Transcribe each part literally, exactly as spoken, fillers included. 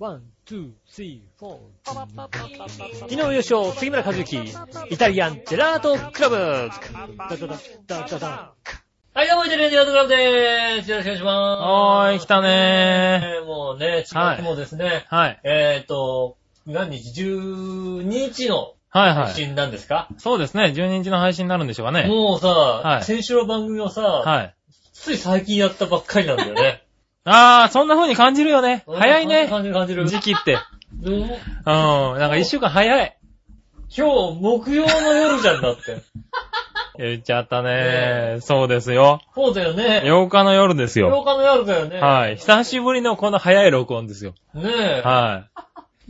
ワン、ツー、スリー、フォー。井上芳雄、杉村和之、イタリアンジェラートクラブ。ダダダダダダ。 はい、どうも、イタリアンジェラートクラブでーす。よろしくお願いしまーす。 はーい、来たねー。もうね、ちがつもですね、 ー。はい。 えーっと、何日 ?じゅうににちのはいはい。 配信なんですか？ そうですね、じゅうににちの配信になるんでしょうかね。 もうさ、 はい先週の番組をさ、 はい。 つい最近やったばっかりなんだよね。 あー、そんな風に感じるよね。早いね。 感じる感じる。 時期って。 うん、 うん、なんか一週間早い。 今日、木曜の夜じゃんだって。 言っちゃったねー。そうですよ。 そうだよね。 ようかの夜ですよよ。 うかの夜だよね。 はい。久しぶりのこの早い録音ですよ。 ねえ。 はい。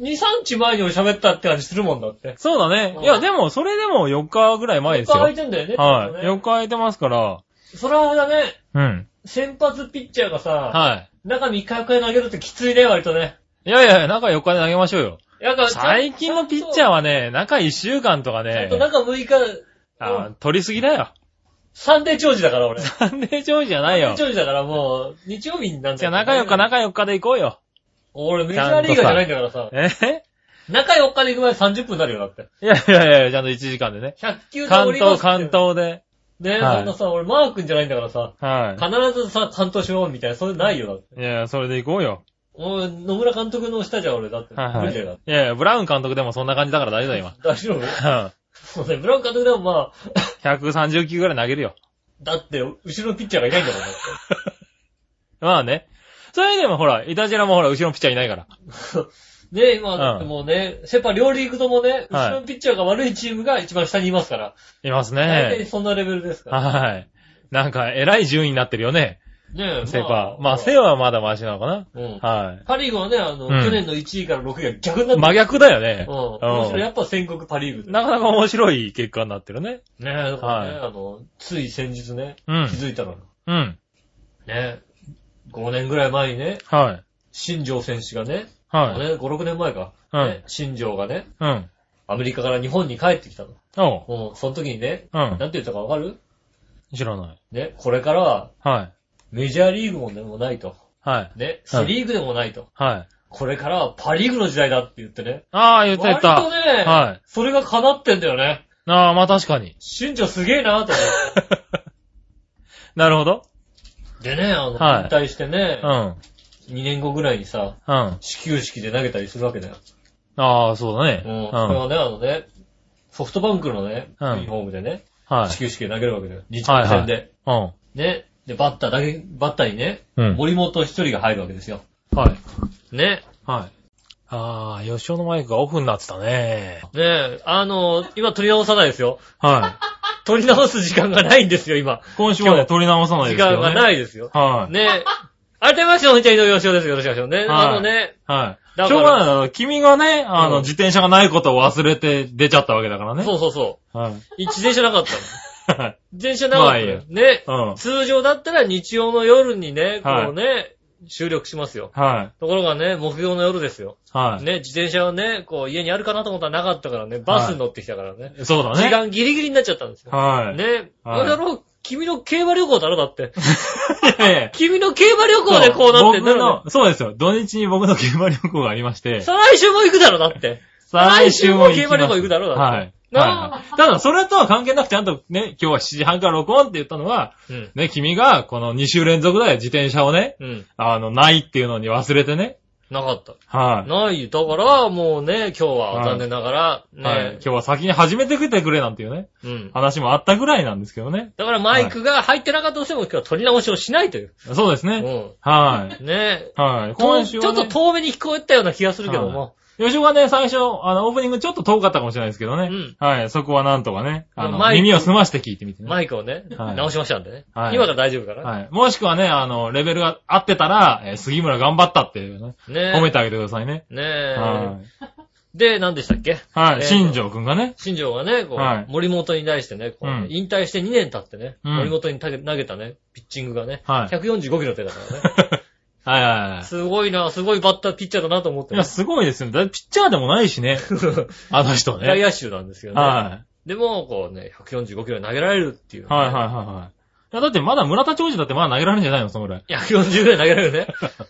に、さんにちまえに俺喋ったって感じするもんだって。 そうだね。 うんいや、でも、それでもよっかぐらい前ですよ。 よっか空いてんだよね。 はい。よっね、 か空いてますから。 それはだね、 うん。 先発ピッチャーがさ、 は中みっかよっかで投げるってきついね、割とね。 い。いやいや、中よっかで投げましょうよ。 なんか最近のピッチャーはね、中いっしゅうかんとかねちゃんと、中むいか、 あー取りすぎだよ。 サンデー長寿だから俺。 サンデー長寿じゃないよ。 長寿だからもう、日曜日になんだよ。 じゃあ中よっか中よっかで行こうよ。 俺メジャーリーガーじゃないんだからさ。 え中よっかで行く前さんじゅっぷんになるよ、だって。 いやいやいや、ちゃんといちじかんでね。 ひゃくきゅうで関東、 降りますって関。東で。 ねえ、 はいそんなさ、俺マー君じゃないんだからさ、 は必ずさ、関東しようみたいな、それないよ、だって。 い。いやいや、それで行こうよ。 俺、野村監督の下じゃん、俺、だって。 はいはい。 無理だよ、だって。 いやいや、ブラウン監督でもそんな感じだから大丈夫だ、今。 大丈夫うんそうね、ブラウン監督でもまあ、 ひゃくさんじゅうきゅうぐらい投げるよ。 だって、後ろのピッチャーがいないんだもん、だって。 まあね。それでもほら、イタジラもほら、後ろのピッチャーいないから。 ねえ、今、だってもうね、セパ両リーグともね、後ろのピッチャーが悪いチームが一番下にいますから。 います大体ね。 そんなレベルですから。 はい。なんか、偉い順位になってるよね。 ねえ、 セパ。まあ、セはまだマシなのかな。 うん。 はパリーグはね、あの、 うん去年のいちいからろくいが逆になっい。 て真逆だよね。 うん。むしろやっぱ戦国パリーグで。 なかなか面白い結果になってるね。 ねえ、だからね、 はあの、つい先日ね、 うん気づいたの。 うん。 ね、ごねんぐらい前にね、 はい。 新庄選手がね、 はい。 ねご、ろくねんまえか、 うんね、新庄がね、 うん。 アメリカから日本に帰ってきたの。 おう。 うん、その時にね、 うん。 なんて言ったかわかる？ 知らない。 ね、これからははい。 メジャーリーグもでもないと。 はい。 ね、セリーグでもないと。 はい。 これからはパリーグの時代だって言ってね。 ああ、言った言った。 割とね、 はい。 それが叶ってんだよね。 ああ、まあ確かに。 新庄すげえなと思って。 なるほど。 でね、あの、 はい引退してねう、ん。 にねんごぐらいにさ、 うん。 始球式で投げたりするわけだよ。 ああ、そうだね。 うん。 うそれはん。 ね、あのね、ソフトバンクのね、 うんユニフォームでね、 はい始。球式で投げるわけだよ。日ハム戦で。 うん。 ね。で、バッターだけ、バッターにね、 うん。 森本一人が入るわけですよ。 はい。 ね。 はい。ああ、吉尾のマイクがオフになってたね。 ねあの、今取り直さないですよ。 はい。 取り直す時間がないんですよ、今。 今週はね、取り直さない時ですけどね。 間がないですよ。 はい。 ね改めまして、こんにちは、井上芳雄です。よろしくお願いしますね。 はいあのね、 はい。 だからしょうがないな。君がね、あの、 うん自転車がないことを忘れて出ちゃったわけだからね。 そうそうそはい。 う。自転車なかったの。 はい。 自転車なかったのよ。ね。 うん。 通常だったら日曜の夜にね、こうね、収録しますよ。 はところがね、木曜の夜ですよ。 い。はい。 ね、自転車はね、こう家にあるかなと思ったらなかったからね、バスに乗ってきたからね。 そうだね。 時間ギリギリになっちゃったんですよ。 はい。 ね。 はいあれだろ、君の競馬旅行だろだって。 いやいや君の競馬旅行でこうなってんだ僕ろ。 の、そうですよ。土日に僕の競馬旅行がありまして。 再来週も行くだろだって。 再来週も行きます競馬旅行行くだろだって。 はい。 なはい。ただ、それとは関係なくちゃんとね、今日はしちじはんから録音って言ったのは、 うん。 ね、君がこのに週連続で自転車をね、 うん。 あの、ないっていうのに忘れてね。 なかった。 はい。 ない。だから、もうね、今日は残念ながら、ね、 はい。今日は先に始めてきてくれなんていうね、 うん。 話もあったぐらいなんですけどね。 だからマイクが入ってなかったとしても今日は取り直しをしないという。 そうですね。 うはい。 ん。ねはい。 と今週は、ね、 ちょっと遠目に聞こえたような気がするけども。 吉尾がね、最初、あの、オープニングちょっと遠かったかもしれないですけどね。 うん。はい。そこはなんとかね、あの、 マイク耳を澄まして聞いてみてね。 マイクをね、 はい直しましたんでね。 はい今から大丈夫かな。 はい。もしくはね、あの、レベルが合ってたら、えー杉村頑張ったっていうね、 ね褒めてあげてくださいね。 ねえ。 はい。 で、何でしたっけはい。 えー新庄くんがね。 新庄がね、こう、 はい森本に対してね、こうねうん引退してにねん経ってね、 うん森本に投げ投げたね、ピッチングがね、 はいひゃくよんじゅうごキロ出たからね。 はいはいはい。 すごいな、すごいバッター、ピッチャーだなと思ってね。 いや、すごいですよね。だってピッチャーでもないしね。あの人ね。 外野手なんですよね。 はでも、こうね、ひゃくよんじゅうごキロ投げられるっていう、 い。はいはいはいはい。いや、だってまだ村田長治だってまだ投げられるんじゃないのそのぐらい。 ひゃくよんじゅうぐらい投げられるね。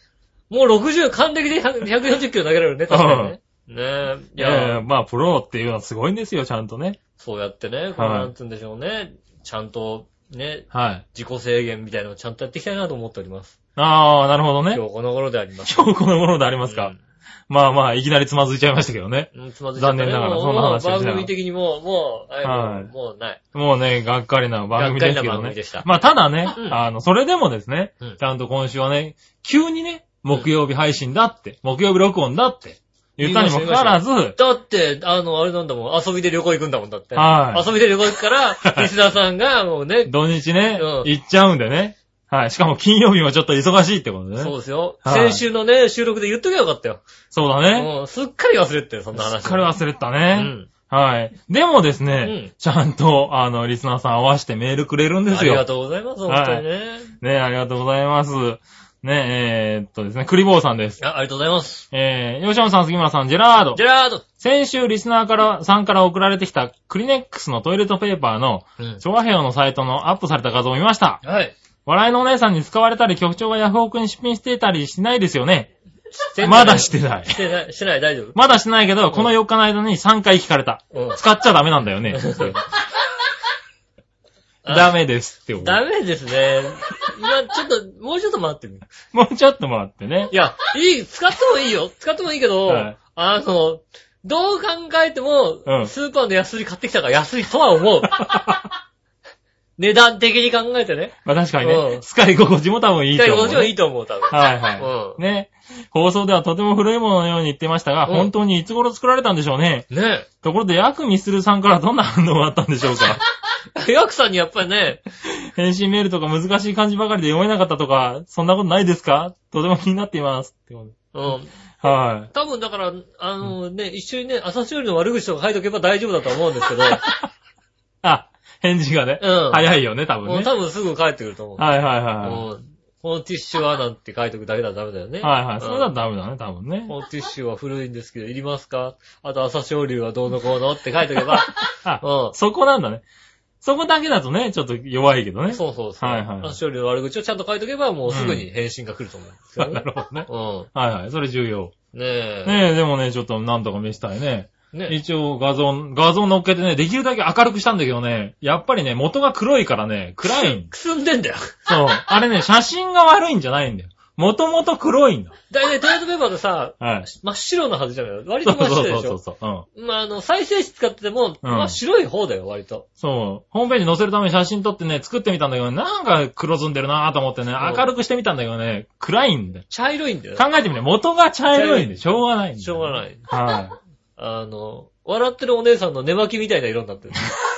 もうろくじゅう、還暦でひゃくよんじゅっキロ投げられるね、確かにね。ねえ。 いやいや、まあ、プロっていうのはすごいんですよ、ちゃんとね。 そうやってね、こうなんつうんでしょうね。ちゃんと、ね。はい。自己制限みたいなのをちゃんとやっていきたいなと思っております。 ああ、なるほどね。 今日この頃であります。 今日この頃でありますか。うん、まあまあ、いきなりつまずいちゃいましたけどね。 うん、つまずいちゃった、ね。 残念ながら、そんな話をして番組的にもう、もう、はい、もうない。 もうね、がっかりな番組ですけどね。がっかりな番組でした。まあ、ただね、 うん、 あの、それでもですね、うん、ちゃんと今週はね、急にね、木曜日配信だって、うん、木曜日録音だって、言ったにもかかわらず。 だって、あの、あれなんだもん、遊びで旅行行くんだもんだって。はい。遊びで旅行行くから、リスナーさんがもうね。 土日ね、うん、行っちゃうんでね。はい。しかも金曜日もちょっと忙しいってことでね。 そうですよ。はい、先週のね、収録で言っときゃよかったよ。 そうだね。 もう、すっかり忘れてたよ、そんな話。 すっかり忘れてたね。うん。はい。でもですね、うん、ちゃんと、あの、リスナーさん合わせてメールくれるんですよ。 ありがとうございます、本当にね。はい、 ね、ありがとうございます。ねえ、えー、っとですね、クリボーさんです。 あ、ありがとうございます。 えー、ヨシオンさん、杉村さん、ジェラード。 ジェラード。 先週リスナーから、さんから送られてきたクリネックスのトイレットペーパーの、チョアヘヨのサイトのアップされた画像を見ました。 はい。 笑いのお姉さんに使われたり、局長がヤフオクに出品してたりしないですよね。まだしてない。 してない、してない、大丈夫。 まだしてないけど、うん、このよっかの間にさんかい聞かれた。うん、使っちゃダメなんだよね。ダメですってこと。 ダメですね。まあ、ちょっと、もうちょっと待ってみる。 もうちょっと待ってね。 いや、いい、使ってもいいよ。使ってもいいけど、はい、あの、どう考えても、うん、スーパーの安売り買ってきたから安いとは思う。値段的に考えてね。 まあ確かにね。うん、使い心地も多分いいと思う、ね。 使い心地もいいと思う、多分。 はいはい。うん、ね。放送ではとても古いもののように言ってましたが、うん、本当にいつ頃作られたんでしょうね。 ね。 ところで、ヤクミスルさんからどんな反応があったんでしょうか。 ヤクさんにやっぱりね、 返信メールとか難しい漢字ばかりで読めなかったとか、そんなことないですか？とても気になっています。ってこと。 うん。 はい。 多分だから、あのね、うん、一緒にね、朝青龍の悪口とか書いとけば大丈夫だと思うんですけど。 あ、返事がね。うん。早いよね、多分ね。 もう多分すぐ返ってくると思う。 はいはいはい。 うん。このティッシュはなんて書いとくだけだとダメだよね。 はいはい。うん、それだとダメだね、多分ね。 このティッシュは古いんですけど、いりますか？あと朝青龍はどうのこうのって書いとけば。 あ、うん。そこなんだね。そこだけだとね、ちょっと弱いけどね。 そうそうそう。はいはい。朝青龍の悪口をちゃんと書いとけば、もうすぐに返信が来ると思うんですよね。 なるほどね。 うん。 はいはい。それ重要。 ねえ。 ねえ、でもね、ちょっとなんとか見せたいね。ね、一応画像、画像乗っけてね、できるだけ明るくしたんだけどね、やっぱりね、元が黒いからね、暗いん。 くすんでんだよ。 そう。あれね、写真が悪いんじゃないんだよ。もともと黒いんだ。 だいたいトイレットペーパーでさ、はい、真っ白なはずじゃないよ。割と真っ白でしょ。そうそうそうそう。うん。まあ、あの、再生紙使ってても、うん、まあ、白い方だよ、割と。 そう。ホームページ載せるために写真撮ってね、作ってみたんだけど、なんか黒ずんでるなぁと思ってね、明るくしてみたんだけどね、暗いんだよ。 茶色いんだよ。 考えてみて、元が茶色いんで、しょうがないんだよ。 しょうがない。 はい。 あの、笑ってるお姉さんの寝巻きみたいな色になってる。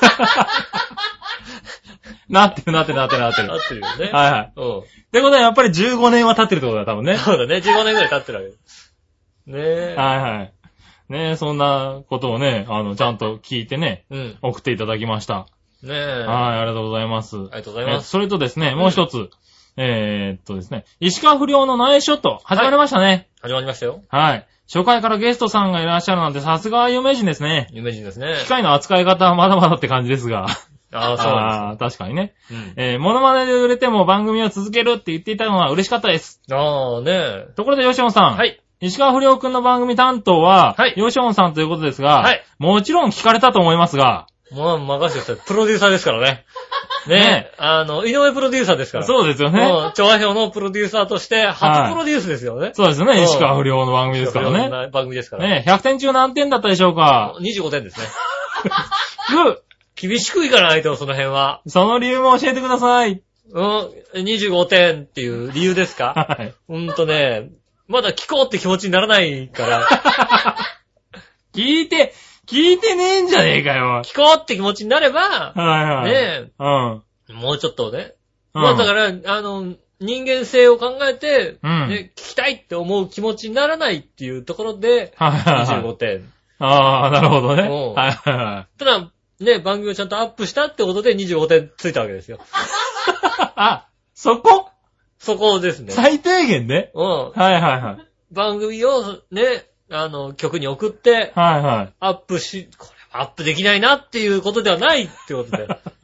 なってるなってるなってるなってる。 なってるよね。 はいはい。うん。ってことはやっぱりじゅうごねんは経ってるってことだ、多分ね。 そうだね。じゅうごねんぐらい経ってるわけ。ねえ。 はいはい。ねえ、そんなことをね、あの、ちゃんと聞いてね、うん、送っていただきました。 ねえ。 はい、ありがとうございます。ありがとうございます。 それとですね、もう一つ。うん、えー、っとですね、石川不良のナイスショット、始まりましたね。はい、 始まりましたよ。 はい。初回からゲストさんがいらっしゃるなんてさすが有名人ですね。 有名人ですね。 機械の扱い方はまだまだって感じですが。 ああ、そうなんです。確かにね。うん、えー、モノマネで売れても番組を続けるって言っていたのは嬉しかったです。 ああ、ねところで、ヨシオンさん。 はい。 石川不良くんの番組担当は、はい。ヨシオンさんということですが、はい。もちろん聞かれたと思いますが。 もう任せてください。プロデューサーですからね。ねえ。ねあの、井上プロデューサーですから。 そうですよね。 もう、調和表のプロデューサーとして、初プロデュースですよね。はい、 そうですよね。石川不良の番組ですからね。 番組ですから。 ねえ、ひゃくてん中何点だったでしょうか？ にじゅうごてんですね。 グー厳しくいかないと、その辺は。 その理由も教えてください。 うん、にじゅうごてんっていう理由ですか？はい。ほんとね、まだ聞こうって気持ちにならないから。 聞いて、聞いてねえんじゃねえかよ。 聞こうって気持ちになれば、 はいはい。 ねえ。 うん。 もうちょっとね。うん、まあだから、あの、人間性を考えて、うん、ね、聞きたいって思う気持ちにならないっていうところで、はいはいはい、にじゅうごてん。 ああ、なるほどね。はいはいはい。 ただ、ね、番組をちゃんとアップしたってことでにじゅうごてんついたわけですよ。 あ、そこそこですね。 最低限ね。 うん。 はいはいはい。 番組をね、あの、曲に送って、 はいはい。 アップし、これはアップできないなっていうことではないってことで。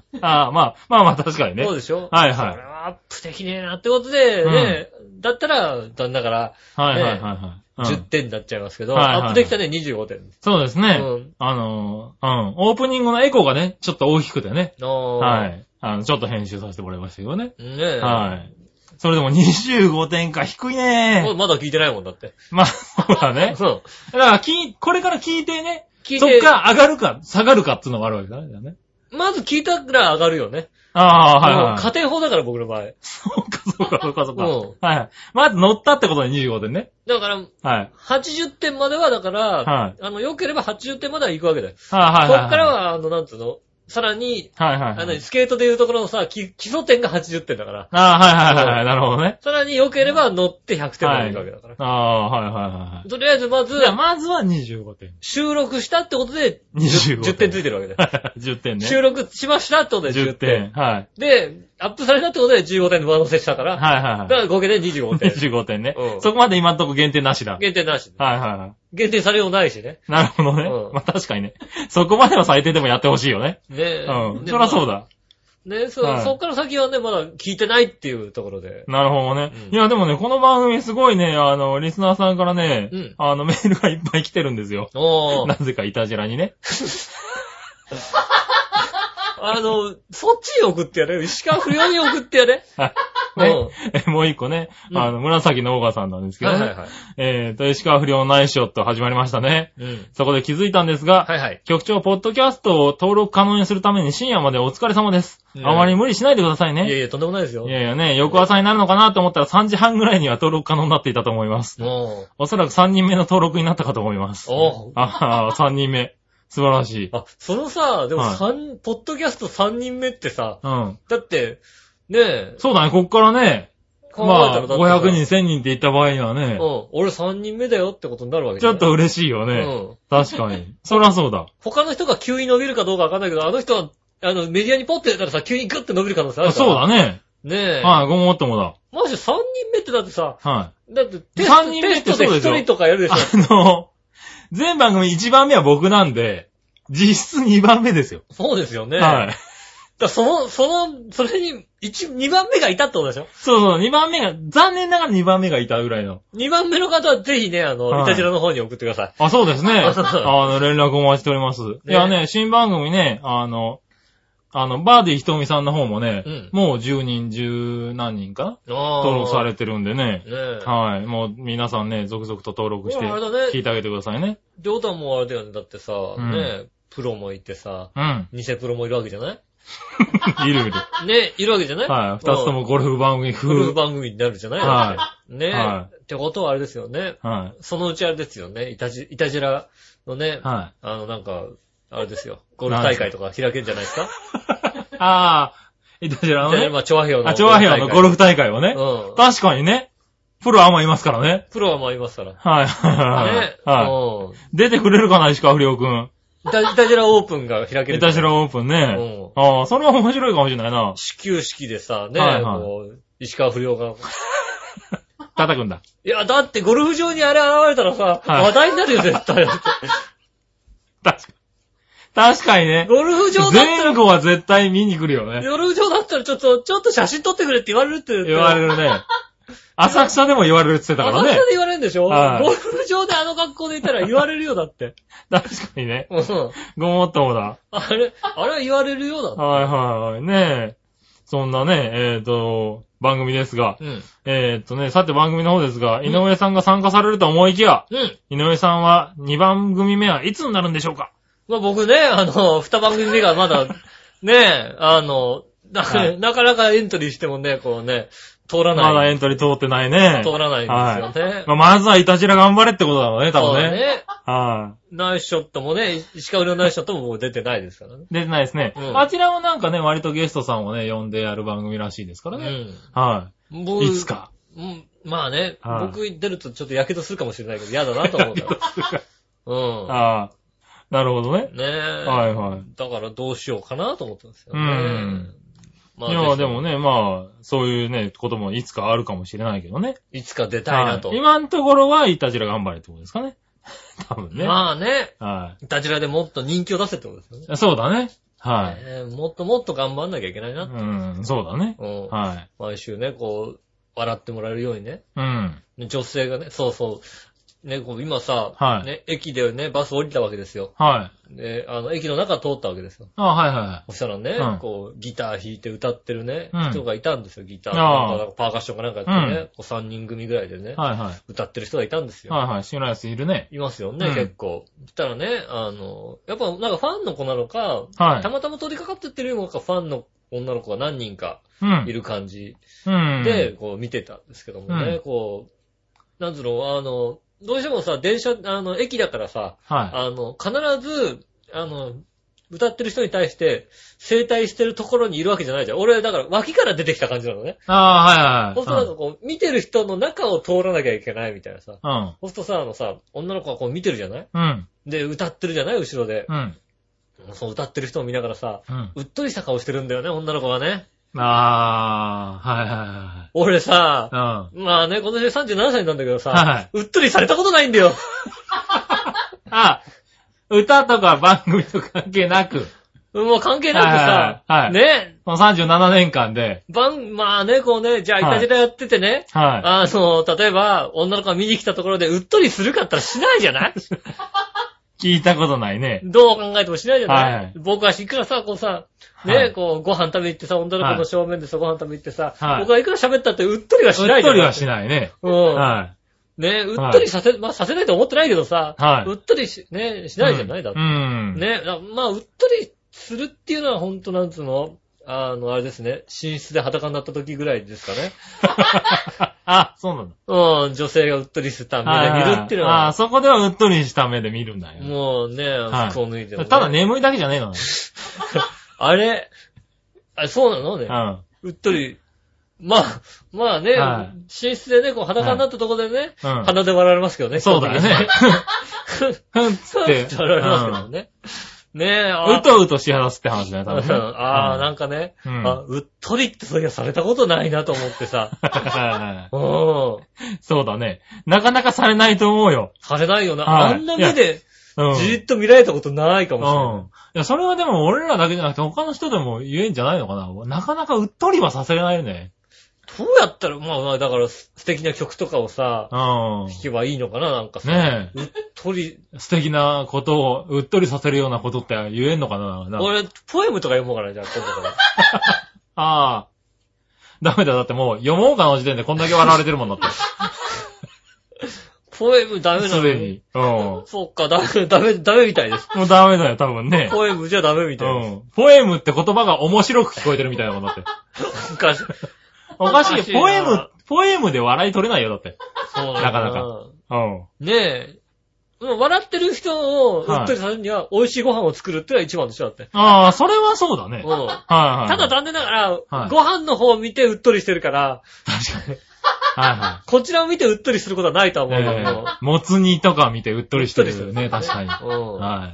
ああ、まあ、まあまあ確かにね。 そうでしょ？ はいはい。 それはアップできねえなってことで、ね、うん、だったら、旦那から、 はいはいはいはい。 じゅってんになっちゃいますけど、 はいはいはい、 アップできたね、にじゅうごてん。 そうですね。うん、あのー、うん。オープニングのエコーがね、ちょっと大きくてね。はい。あの、ちょっと編集させてもらいましたけどね。ねえ。はい。それでもにじゅうごてんか、低いねー。まだ聞いてないもんだって。 まあ、そうだね。 そう。 だから、き、これから聞いてね、聞いてそっから上がるか、下がるかっていうのがあるわけだね。 まず聞いたら上がるよね。 ああ、はいはい。 家庭法だから僕の場合。 そうか、そうか、そうか、そうか。うん。はい。まず乗ったってことでにじゅうごてんね。 だから、はい。はちじゅってんまではだから、はい。あの、良ければはちじゅってんまでは行くわけだよ。はいはいはい。こっからは、あの、なんつうの、さらに、はいはい、はい。あの、スケートでいうところのさ、基礎点がはちじゅってんだから。 ああ、はいはいはい。なるほどね。 さらに良ければ乗ってひゃくてんまで行くわけだから。 はい、ああ、はいはいはい。 とりあえずまず、 じゃあまずはにじゅうごてん。 収録したってことで、にじゅうごてん。じゅってんついてるわけだよ。じゅってんね。収録しましたってことでじゅってん。はい。で、アップされたってことでじゅうごてん上乗せしたから。はいはいはい。だから合計でにじゅうごてん。 にじゅうごてんね。うん。そこまで今んとこ限定なしだ。 限定なし。 はいはいはい。 限定されようないしね。 なるほどね。うん。まあ確かにね。そこまでの最低でもやってほしいよね。ねえ。うん。そりゃそうだ。 ねそ、はい、そっから先はね、まだ聞いてないっていうところで。 なるほどね。うん、いや、でもね、この番組すごいね、あの、リスナーさんからね、うん、あの、メールがいっぱい来てるんですよ。おー。なぜかいたじらにね。 あの、そっちに送ってやれ。石川不良に送ってやれ。 ね、うん、もう一個ね、うん、あの、紫のオーガさんなんですけどね。はいはいはい、えーと、石川不良ナイスショット始まりましたね。うん、そこで気づいたんですが、はいはい、局長、ポッドキャストを登録可能にするために深夜までお疲れ様です。うん、あまり無理しないでくださいね。 いやいや、とんでもないですよ。 いやいやね、翌朝になるのかなと思ったらさんじはんぐらいには登録可能になっていたと思います。お, おそらくさんにんめの登録になったかと思います。おああ、さんにんめ。素晴らしい。 あ、そのさ、でも三、はい、ポッドキャストさんにんめってさ、うん。だって、ねえ。 そうだね、こっからね、まあ、ごひゃくにん、せんにんって言った場合にはね。 うん。俺さんにんめだよってことになるわけじゃね。ちょっと嬉しいよね。うん。確かに。そりゃそうだ。 他の人が急に伸びるかどうかわかんないけど、あの人は、あの、メディアにポッてやったらさ、急にグッて伸びる可能性あるから。 そうだね。 ねえ。 はい、ごもっともだ。 マジさんにんめってだってさ、はい。だってテスト、 さんにんめってそうですよ。 テストでひとりとかやるでしょ。 あの、全番組いちばんめは僕なんで、実質にばんめですよ。 そうですよね。 はい。 だその、その、それに、一、にばんめがいたってことでしょ？ そうそう、にばんめが、残念ながらにばんめがいたぐらいの。 にばんめの方はぜひね、あの、はい、いたじらの方に送ってください。 あ、そうですね。あの、連絡お待ちしております。ね、いやね、新番組ね、あの、あの、バーディーひとみさんの方もね、うん、もうじゅうにん、じゅうなんにんかな登録されてるんでね。ねはい。もう皆さんね、続々と登録して、聞いてあげてくださいね。 ってことはもうあれだよね。だってさ、うん、ね、プロもいてさ、うん。偽プロもいるわけじゃないいるいる。 ね、いるわけじゃないはい。二つともゴルフ番組風。 ゴルフ番組になるじゃないはい。ね、はい。ってことはあれですよね。はい。そのうちあれですよね。いたじ、いたじらのね、はい。あの、なんか、あれですよ。ゴルフ大会とか開けるんじゃないですかああ、いたじらのね。 まあ、調和表の。 あ、調和表のゴルフ大会をね。うん。確かにね。プロはまいますからね。 プロはまいますから。 はい。はい。ね。はい。出てくれるかな、石川不良くん。 いた、いたじらオープンが開ける。 いたじらオープンね。うん。ああ、それは面白いかもしれないな。 始球式でさ、ね、はいはい、もう、石川不良が。 叩くんだ。 いや、だってゴルフ場にあれ現れたらさ、はい、話題になるよ、絶対。確かに。確かにね。 ゴルフ場だったら。 前後は絶対見に来るよね。 ゴルフ場だったらちょっと、ちょっと写真撮ってくれって言われるって言って。 言われるね。浅草でも言われるって言ってたからね。 浅草で言われるんでしょ、はい、ゴルフ場であの格好でいたら言われるよだって。 確かにね。うん。ごもっともだ。 あれ、あれは言われるよだって。 はいはいはい。ねえ。そんなね、えっ、ー、と、番組ですが。うん。えっ、ー、とね、さて番組の方ですが、井上さんが参加されると思いきや、うん。井上さんはにばん組目はいつになるんでしょうか？ まあ僕ね、あの、に番組目がまだ、ね、あの、な, はい、なかなかエントリーしてもね、こうね、通らない。 まだエントリー通ってないね。 通らないんですよね。はい、 まあ、まずはいたじら頑張れってことだろうね、多分ね。そうね。 はい。ナイスショットもね、石川遼ナイスショットももう出てないですからね。 出てないですね。うん、あちらもなんかね、割とゲストさんをね、呼んでやる番組らしいですからね。うん。はい。いつか。 うん。まあね、はい、僕出るとちょっと火傷するかもしれないけど、嫌だなと思うから。うん。ああ。 なるほどね。 ねえ。 はいはい。 だからどうしようかなと思ってますよね。うん。 まあ、いや、でもね、まあ、そういうね、こともいつかあるかもしれないけどね。 いつか出たいなと。 はい、今のところは、いたじら頑張れってことですかね。多分ね。 まあね。はい。いたじらでもっと人気を出せってことですよね。 そうだね。 はい、 えー。もっともっと頑張んなきゃいけないなって。 うん、そうだね。 うん。 はい。 毎週ね、こう、笑ってもらえるようにね。 うん。 女性がね、そうそう。ね、こう今さ、 はい、 ね、駅でね、バス降りたわけですよ。 はい。 で、あの、駅の中通ったわけですよ。 ああ、はいはいはい。 そしたらね、うん、こう、ギター弾いて歌ってるね、うん、人がいたんですよ、ギター。なんかパーカッションかなんかやってね、うん、こうさんにん組ぐらいでね、はいはい、歌ってる人がいたんですよ。 はいはい、知らないやついるね。 いますよね、うん、結構。そしたらね、あの、やっぱなんかファンの子なのか、はい、たまたま通りかかってってるのか、ファンの女の子が何人かいる感じで、こう見てたんですけどもね、うん、こう、なんつうの、あの、どうしてもさ、電車、あの、駅だからさ、はい、あの、必ず、あの、歌ってる人に対して、整体してるところにいるわけじゃないじゃん。俺、だから脇から出てきた感じなのね。 ああ、はいはいはい。 そうするとなんかこう、見てる人の中を通らなきゃいけないみたいなさ。うん。そうするとさ、あのさ、女の子がこう見てるじゃない？うん。で、歌ってるじゃない？後ろで。うん。そう歌ってる人を見ながらさ、うん、うっとりした顔してるんだよね、女の子がね。 ああ、はいはいはい。 俺さ、うん、まあね、今年さんじゅうななさいなんだけどさ、はい、うっとりされたことないんだよ。 あ、歌とか番組と関係なく。 もう関係なくさ、はいはいはい、ね。 このさんじゅうななねんかんで。 番、まあね、こうね、じゃあ、イタジラやっててね、はい、あの、例えば、女の子が見に来たところで、うっとりするかったらしないじゃない聞いたことないね。 どう考えてもしないじゃない、はい、僕はしいくらさ、こうさ、ね、はい、こう、ご飯食べ行ってさ、女の子の正面でさ、ご飯食べ行ってさ、はい、僕はいくら喋ったってうっとりはしないじゃん。 うっとりはしないね。 うん。はい。ね、うっとりさせ、はい、まあ、させないと思ってないけどさ、はい、うっとりし、ね、しないじゃない、うん、だって。うん。ね、まあ、うっとりするっていうのはほんとなんつうのあの、あれですね、寝室で裸になった時ぐらいですかね。 あ、そうなんだ。 うん、女性がうっとりした目で見るっていうのは。 ああ、そこではうっとりした目で見るんだよ。 もうね、服を脱いでも、ね。 ただ眠いだけじゃねえの。 あれあれ、そうなのね。うん。うっとり。まあ、まあね、はい、寝室でね、こう裸になったところでね、はい、うん、鼻で笑われますけどね。 そうだよね。ふんつって。 笑われますけどね。ねえ、 うとうとし話すって話だよ、多分、ね。 ああ、なんかね、うん、あ、うっとりってそういやされたことないなと思ってさ。 うん、そうだね。なかなかされないと思うよ。 されないよな。はい、あんな目で、じーっと見られたことないかもしれない。うん、いや、それはでも俺らだけじゃなくて他の人でも言えんじゃないのかな。なかなかうっとりはさせれないよね。 どうやったら、まあまあ、だから素敵な曲とかをさ、うん、弾けばいいのかな、なんかさ。ねえ。うっとり。 素敵なことを、うっとりさせるようなことって言えんのかな。 俺、ポエムとか読もうかな、じゃあ、今度から。 ああ。ダメだ、だってもう、読もうかの時点でこんだけ笑われてるもんだって。 ポエムダメなのすでに。うん。 そっか、ダメ、ダメ、ダメみたいです。 もうダメだよ、多分ね。 ポエムじゃダメみたいです。うん。 ポエムって言葉が面白く聞こえてるみたいなもんだって。 おかしい。 おかしい。ポエム、ポエムで笑い取れないよ、だって。そうなかなか。うん。 ねえ。笑ってる人をうっとりさせるには、美味しいご飯を作るってのは一番でしょ、だって。 ああ、それはそうだね。うん。はいはい。 ただ残念ながら、はい、ご飯の方を見てうっとりしてるから。 確かに。はいはい。 こちらを見てうっとりすることはないと思うんだけど。 もつ煮とか見てうっとりしてるよね、確かに。うん。はい。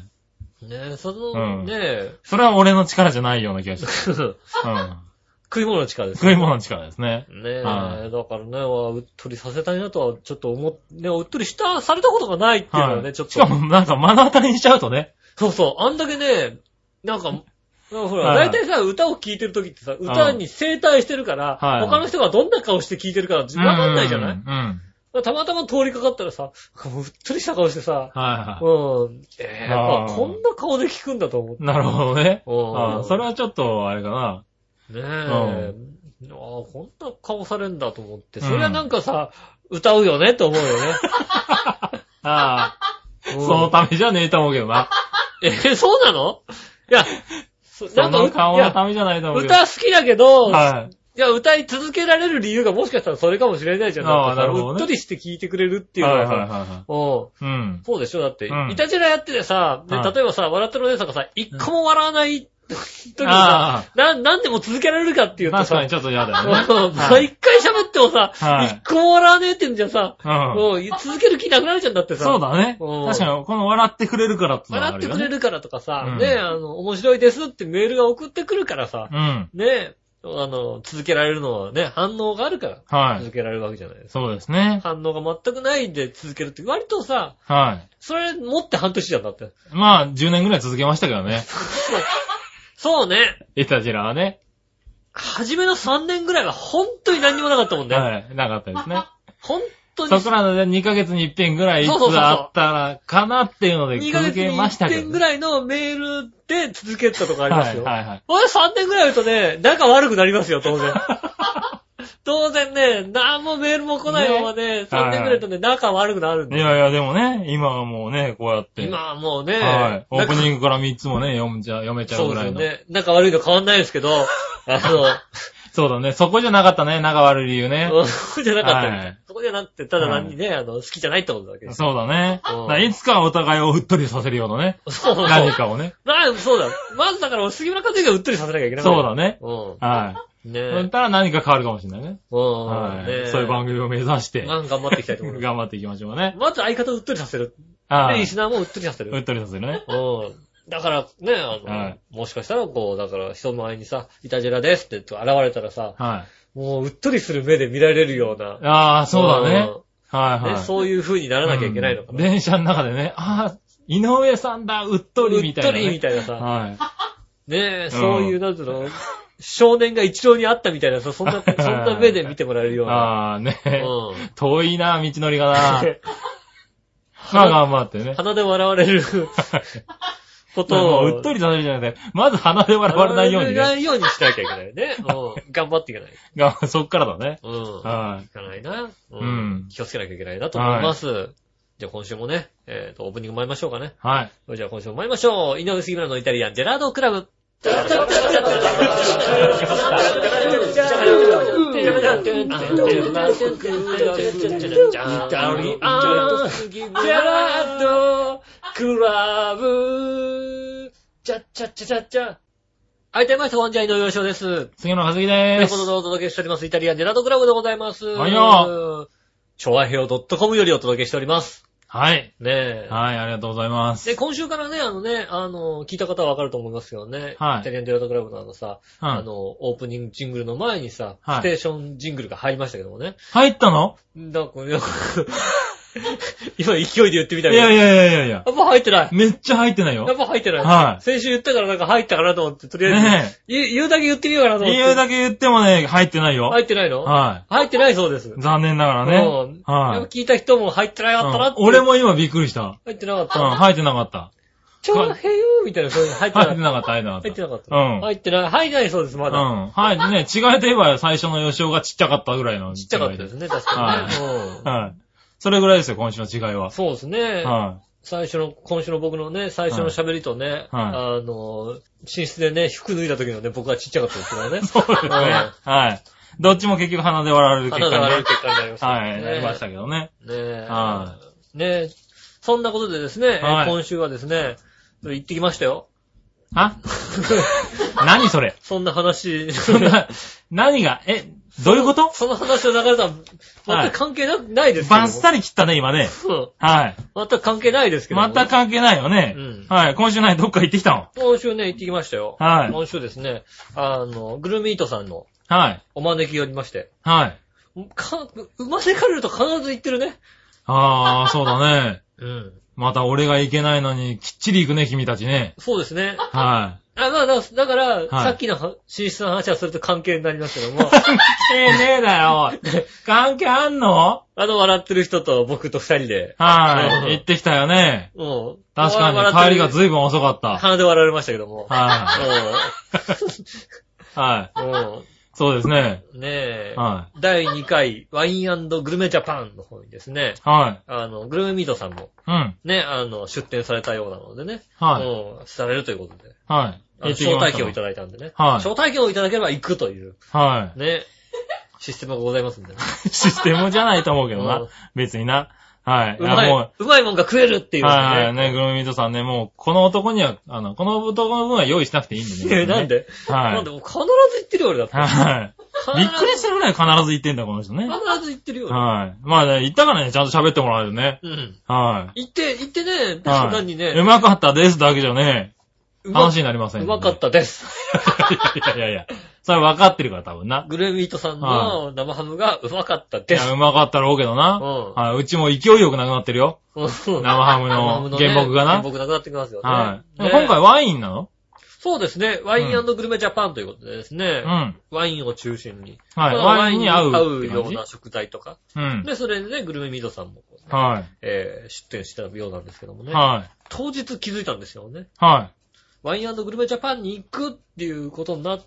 ねえ、その、ねえ。 それは俺の力じゃないような気がする。うん。 食い物の力ですね。食い物の力ですね。 ねえ、はい、だからね、うっとりさせたいなとはちょっと思って、ね、うっとりした、されたことがないっていうのはね、はい、ちょっと。 しかもなんか目の当たりにしちゃうとね。 そうそう、あんだけね、なんか、ほら、大体さ、歌を聴いてる時ってさ、歌に正対してるから、はい、他の人がどんな顔して聴いてるかわかんないじゃない、うんうんうん、たまたま通りかかったらさ、うっとりした顔してさ、はいはい、うん、えー、やっぱこんな顔で聴くんだと思って。 なるほどね。うん、それはちょっと、あれかな。 ねえ、うん、ああ、こんな顔されんだと思って、そりゃなんかさ、うん、歌うよねって思うよね。 ああ、うん、そのためじゃねえと思うけどな。 えー、そうなの？いや、 その顔のためじゃないと思うけど。 歌好きだけど、はい。いや、歌い続けられる理由がもしかしたらそれかもしれないじゃん。ああ、なるほど、ね。うっとりして聴いてくれるっていうのはさ、はいはいはいはい、うん。そうでしょだって、うん、いたじらやっててさ、で、例えばさ、笑ってるお姉さんがさ、一個も笑わない時にさ、な、なんでも続けられるかっていうとさ、 確かにちょっと嫌だよね。 はい、一回喋ってもさ、一、はい、個も笑わねえってんじゃさ、うん、もう続ける気なくなるじゃんだってさ。 そうだね。確かに、この笑ってくれるからってのはあるよね。 笑ってくれるからとかさ、うん、ね、あの、面白いですってメールが送ってくるからさ、うん、ね、あの、続けられるのはね、反応があるから、はい、続けられるわけじゃないですか。 そうですね。 反応が全くないで続けるって割とさ、はい。それ持って半年じゃんだって。 まあ、じゅうねんぐらい続けましたけどね。 そうね。 イタジラはね。 初めのさんねんぐらいは本当に何にもなかったもんね。 はい。なかったですね。 本当に。 そこらのでにかげつに一遍ぐらいいつあったらかなっていうので続けましたけど、ね。にかげつに一遍ぐらいのメールで続けたとかありますよ。 はいはいはい。 これさんねんぐらいやるとね、仲悪くなりますよ、当然。当然ね、何もメールも来ないままね、ねさんねんぐらいとね、仲悪くなるんで。 いやいや、でもね、今はもうね、こうやって。 今はもうね、 はい。オープニングからみっつもね、読めちゃう、読めちゃうぐらいの。 そうですね。仲悪いの変わんないですけど、あの、 そうだね。そこじゃなかったね、仲悪い理由ね。 そこじゃなかったね。はい、そこじゃなくて、ただ何にね、はい、あの、好きじゃないってことだけど。 そうだね。だいつかお互いをうっとりさせるようなね。そうそう。何かをね。 なそうだ。まずだから、杉村和之がうっとりさせなきゃいけない。 そうだね。 うん。 はい。ねえ。そしたら何か変わるかもしれないね。うん。はい。ね、そういう番組を目指して。 頑張っていきたいと思います。 頑張っていきましょうね。 まず相方をうっとりさせる。はい。リスナーもうっとりさせる。 うっとりさせるね。 うん。だからね、あの、はい、もしかしたらこう、だから人前にさ、イタジェラですって現れたらさ、はい。もううっとりする目で見られるような。 ああ、そうだね。はいはい、 ね。そういう風にならなきゃいけないのかな。 うん、電車の中でね、ああ、井上さんだ、うっとりみたいな、ね。 うっとりみたいなさ。はい。ねえ、そういう、なんつうの、少年が一郎に会ったみたいなさ、そんな、そんな目で見てもらえるような。 ああ、ねえ、うん。遠いな、道のりがな。まあ頑張ってね。 鼻で笑われる。ことを。 うっとりさせるじゃなくて、まず鼻で笑われないようにね。 笑われないようにしなきゃいけないね。うん。頑張っていかない。 が、そっからだね。 うん。はい。いかないな。うん。気をつけなきゃいけないなと思います。はい、じゃあ今週もね、えっと、オープニング参りましょうかね。 はい。 じゃあ今週も参りましょう。井上杉村のイタリアンジェラードクラブ。クラブチャッチャッチャチャッチャ。はい、どうも、本日は井上洋翔です。 杉村和樹でーす。 ということでお届けしております、イタリアンジェラードクラブでございます。 はいよ。 チョアヘオ .com よりお届けしております。 はい。 ねえ。 はい、ありがとうございます。 で、今週からね、あのね、あの、聞いた方はわかると思いますけどね。はい。イタリアンジェラードクラブのあのさ、はい、あの、オープニングジングルの前にさ、はい、ステーションジングルが入りましたけどもね。 入ったの？ だから、今勢いで言ってみたけど。 いやいやいやいやいや。 やっぱ入ってない。 めっちゃ入ってないよ。 やっぱ入ってない。 はい。 先週言ったからなんか入ったかなと思って、とりあえず。ねえ。言うだけ言ってみようかなと思って。 言うだけ言ってもね、入ってないよ。 入ってないの？ はい。 入ってないそうです。 残念ながらね。 うん。はい。やっぱ聞いた人も入ってなかったなって、 うん。俺も今びっくりした。 入ってなかった。 うん、入ってなかった。 ちょうへよーみたいな、そういうの入ってなかった。 入ってなかった、入ってなかった。 入ってなかった。 うん。 入ってない、入ってないそうです、まだ。 うん。はい。ね、違いといえば最初の予想がちっちゃかったぐらいの。 ちっちゃかったですね、確かにね。 はい。はい。それぐらいですよ、今週の違いは。 そうですね。はい。最初の、今週の僕のね、最初の喋りとね、はい、あの、寝室でね、服脱いだ時のね、僕はちっちゃかったですからね。 そうですね。はい。どっちも結局鼻で笑われる結果に、ね。 鼻で笑われる結果になりました、 ね。はい、なりましたけどね。 ねえ。はい。ねえ。そんなことでですね、はい、今週はですね、行ってきましたよ。 あ何それそんな話。 そんな、何が、え、どういうこと？ その話の流れとは全く関係 な,、はい、ないですけど。 バッサリ切ったね、今ね。 うん。 はい。 全く関係ないですけど、 ね。全く関係ないよね。うん。はい。今週ね、どっか行ってきたの？ 今週ね、行ってきましたよ。 はい。 今週ですね、あの、グルミートさんの、 はい。 お招きがありまして。 はい。 か、生まれかれると必ず行ってるね。 ああ、そうだね。 うん。 また俺が行けないのに、きっちり行くね、君たちね。 そうですね。 はい。 あ、まあ、だだから、はい、さっきの寝室の話はそれと関係になりますけども。 関係ねえだよ。関係あんの？ あの笑ってる人と僕と二人で。 はい。行ってきたよね。 うん。 確かに帰りがずいぶん遅かった。 鼻で笑われましたけども。 はい。はい。うん。そうですね。 ねえ。 はい。 だいにかいワイン&グルメジャパンの方にですね。 はい。 あの、グルメミートさんも。 うん。 ね、あの、出店されたようなのでね。 はい。 うん。されるということで。 はい。 招待券をいただいたんでね。 はい。 招待券をいただければ行くという。 はい。 ね。システムがございますんでね。 システムじゃないと思うけどな。別にな。はい。 うまい、もううまいもんが食えるっていう、 ね。はいはい。ね、グルメミートさんね、もう、この男には、あの、この男の分は用意しなくていいんでね。 え、なんで？ はい。 なんで、必ず言ってるよ、俺だって。 はい。びっくりするぐらい必ず言ってんだ、この人ね。 必ず言ってるよ。 はい。まあね、言ったからね、ちゃんと喋ってもらえるね。 うん。 はい。 言って、言ってね、何にね。 うまかったですだけじゃね、話になりません、ね。 うまかったです。 いやいやいや。それ分かってるから多分な。 グレミートさんの生ハムがうまかったです。 いや、うまかったろうけどな。うん。はい。うちも勢いよくなくなってるよ。生ハムの原木がな。 原木なくなってきますよね。 はい。今回ワインなの？ そうですね。ワイン&グルメジャパンということでですね。うん。ワインを中心に。 はい。ワインに合う。 合うような食材とか。うん。で、それでね、グルメミートさんも、ね、はい。えー、出店したようなんですけどもね。はい。当日気づいたんですよね。はい。ワイン&グルメジャパンに行くっていうことになって、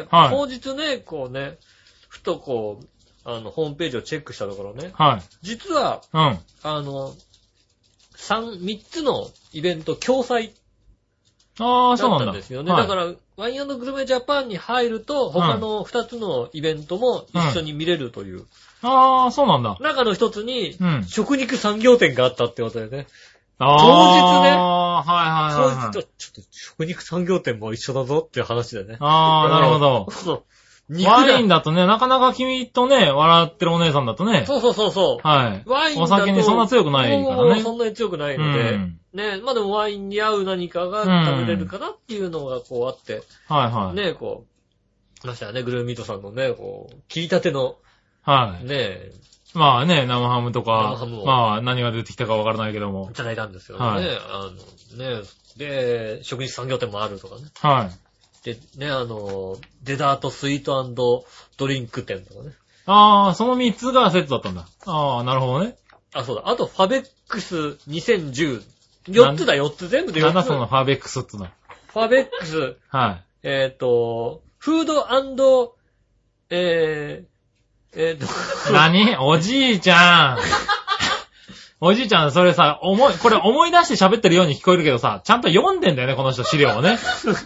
はい。当日ね、こうね、ふとこう、あの、ホームページをチェックしたところね。はい。実は、うん。あの、三、三つのイベント共催ああ、そうなんだ。 だったんですよね。はい、だから、ワイン&グルメジャパンに入ると、他の二つのイベントも一緒に見れるという。うん、 ああ、そうなんだ。 中の一つに、うん、食肉産業展があったってことでね。あ当日ね。 ああ、はいはいはい、はい。 当日、ちょっと食肉産業展も一緒だぞっていう話でね。 ああ、なるほど。ワインだとね、なかなか君とね、笑ってるお姉さんだとね。 そうそうそうそう。 はい。ワインだとお酒にそんな強くないからね。 そんなに強くないので、うん、ね、まあでもワインに合う何かが食べれるかなっていうのがこうあって、うん、はいはい。ね、こう、ましたよね、グルーミートさんのね、こう、切り立ての、はい。ね、 まあね、生ハムとか、生ハムをまあ何が出てきたかわからないけども。 いただいたんですよね。はい、あの、ね、で、食肉産業店もあるとかね。 はい。 で、ね、あの、デザートスイート&ドリンク店とかね。 ああ、その三つがセットだったんだ。ああ、なるほどね。 あ、そうだ。あと、ファベックスにせんじゅう。よっつだ、よっつ。全部でよっつ。 なんだそのファベックスっての。 ファベックス。 はい。 えっ、ー、と、フード&、えー、えっ、ー、と。 何おじいちゃん。おじいちゃん、それさ、思い、これ思い出して喋ってるように聞こえるけどさ、ちゃんと読んでんだよね、この人、資料をね。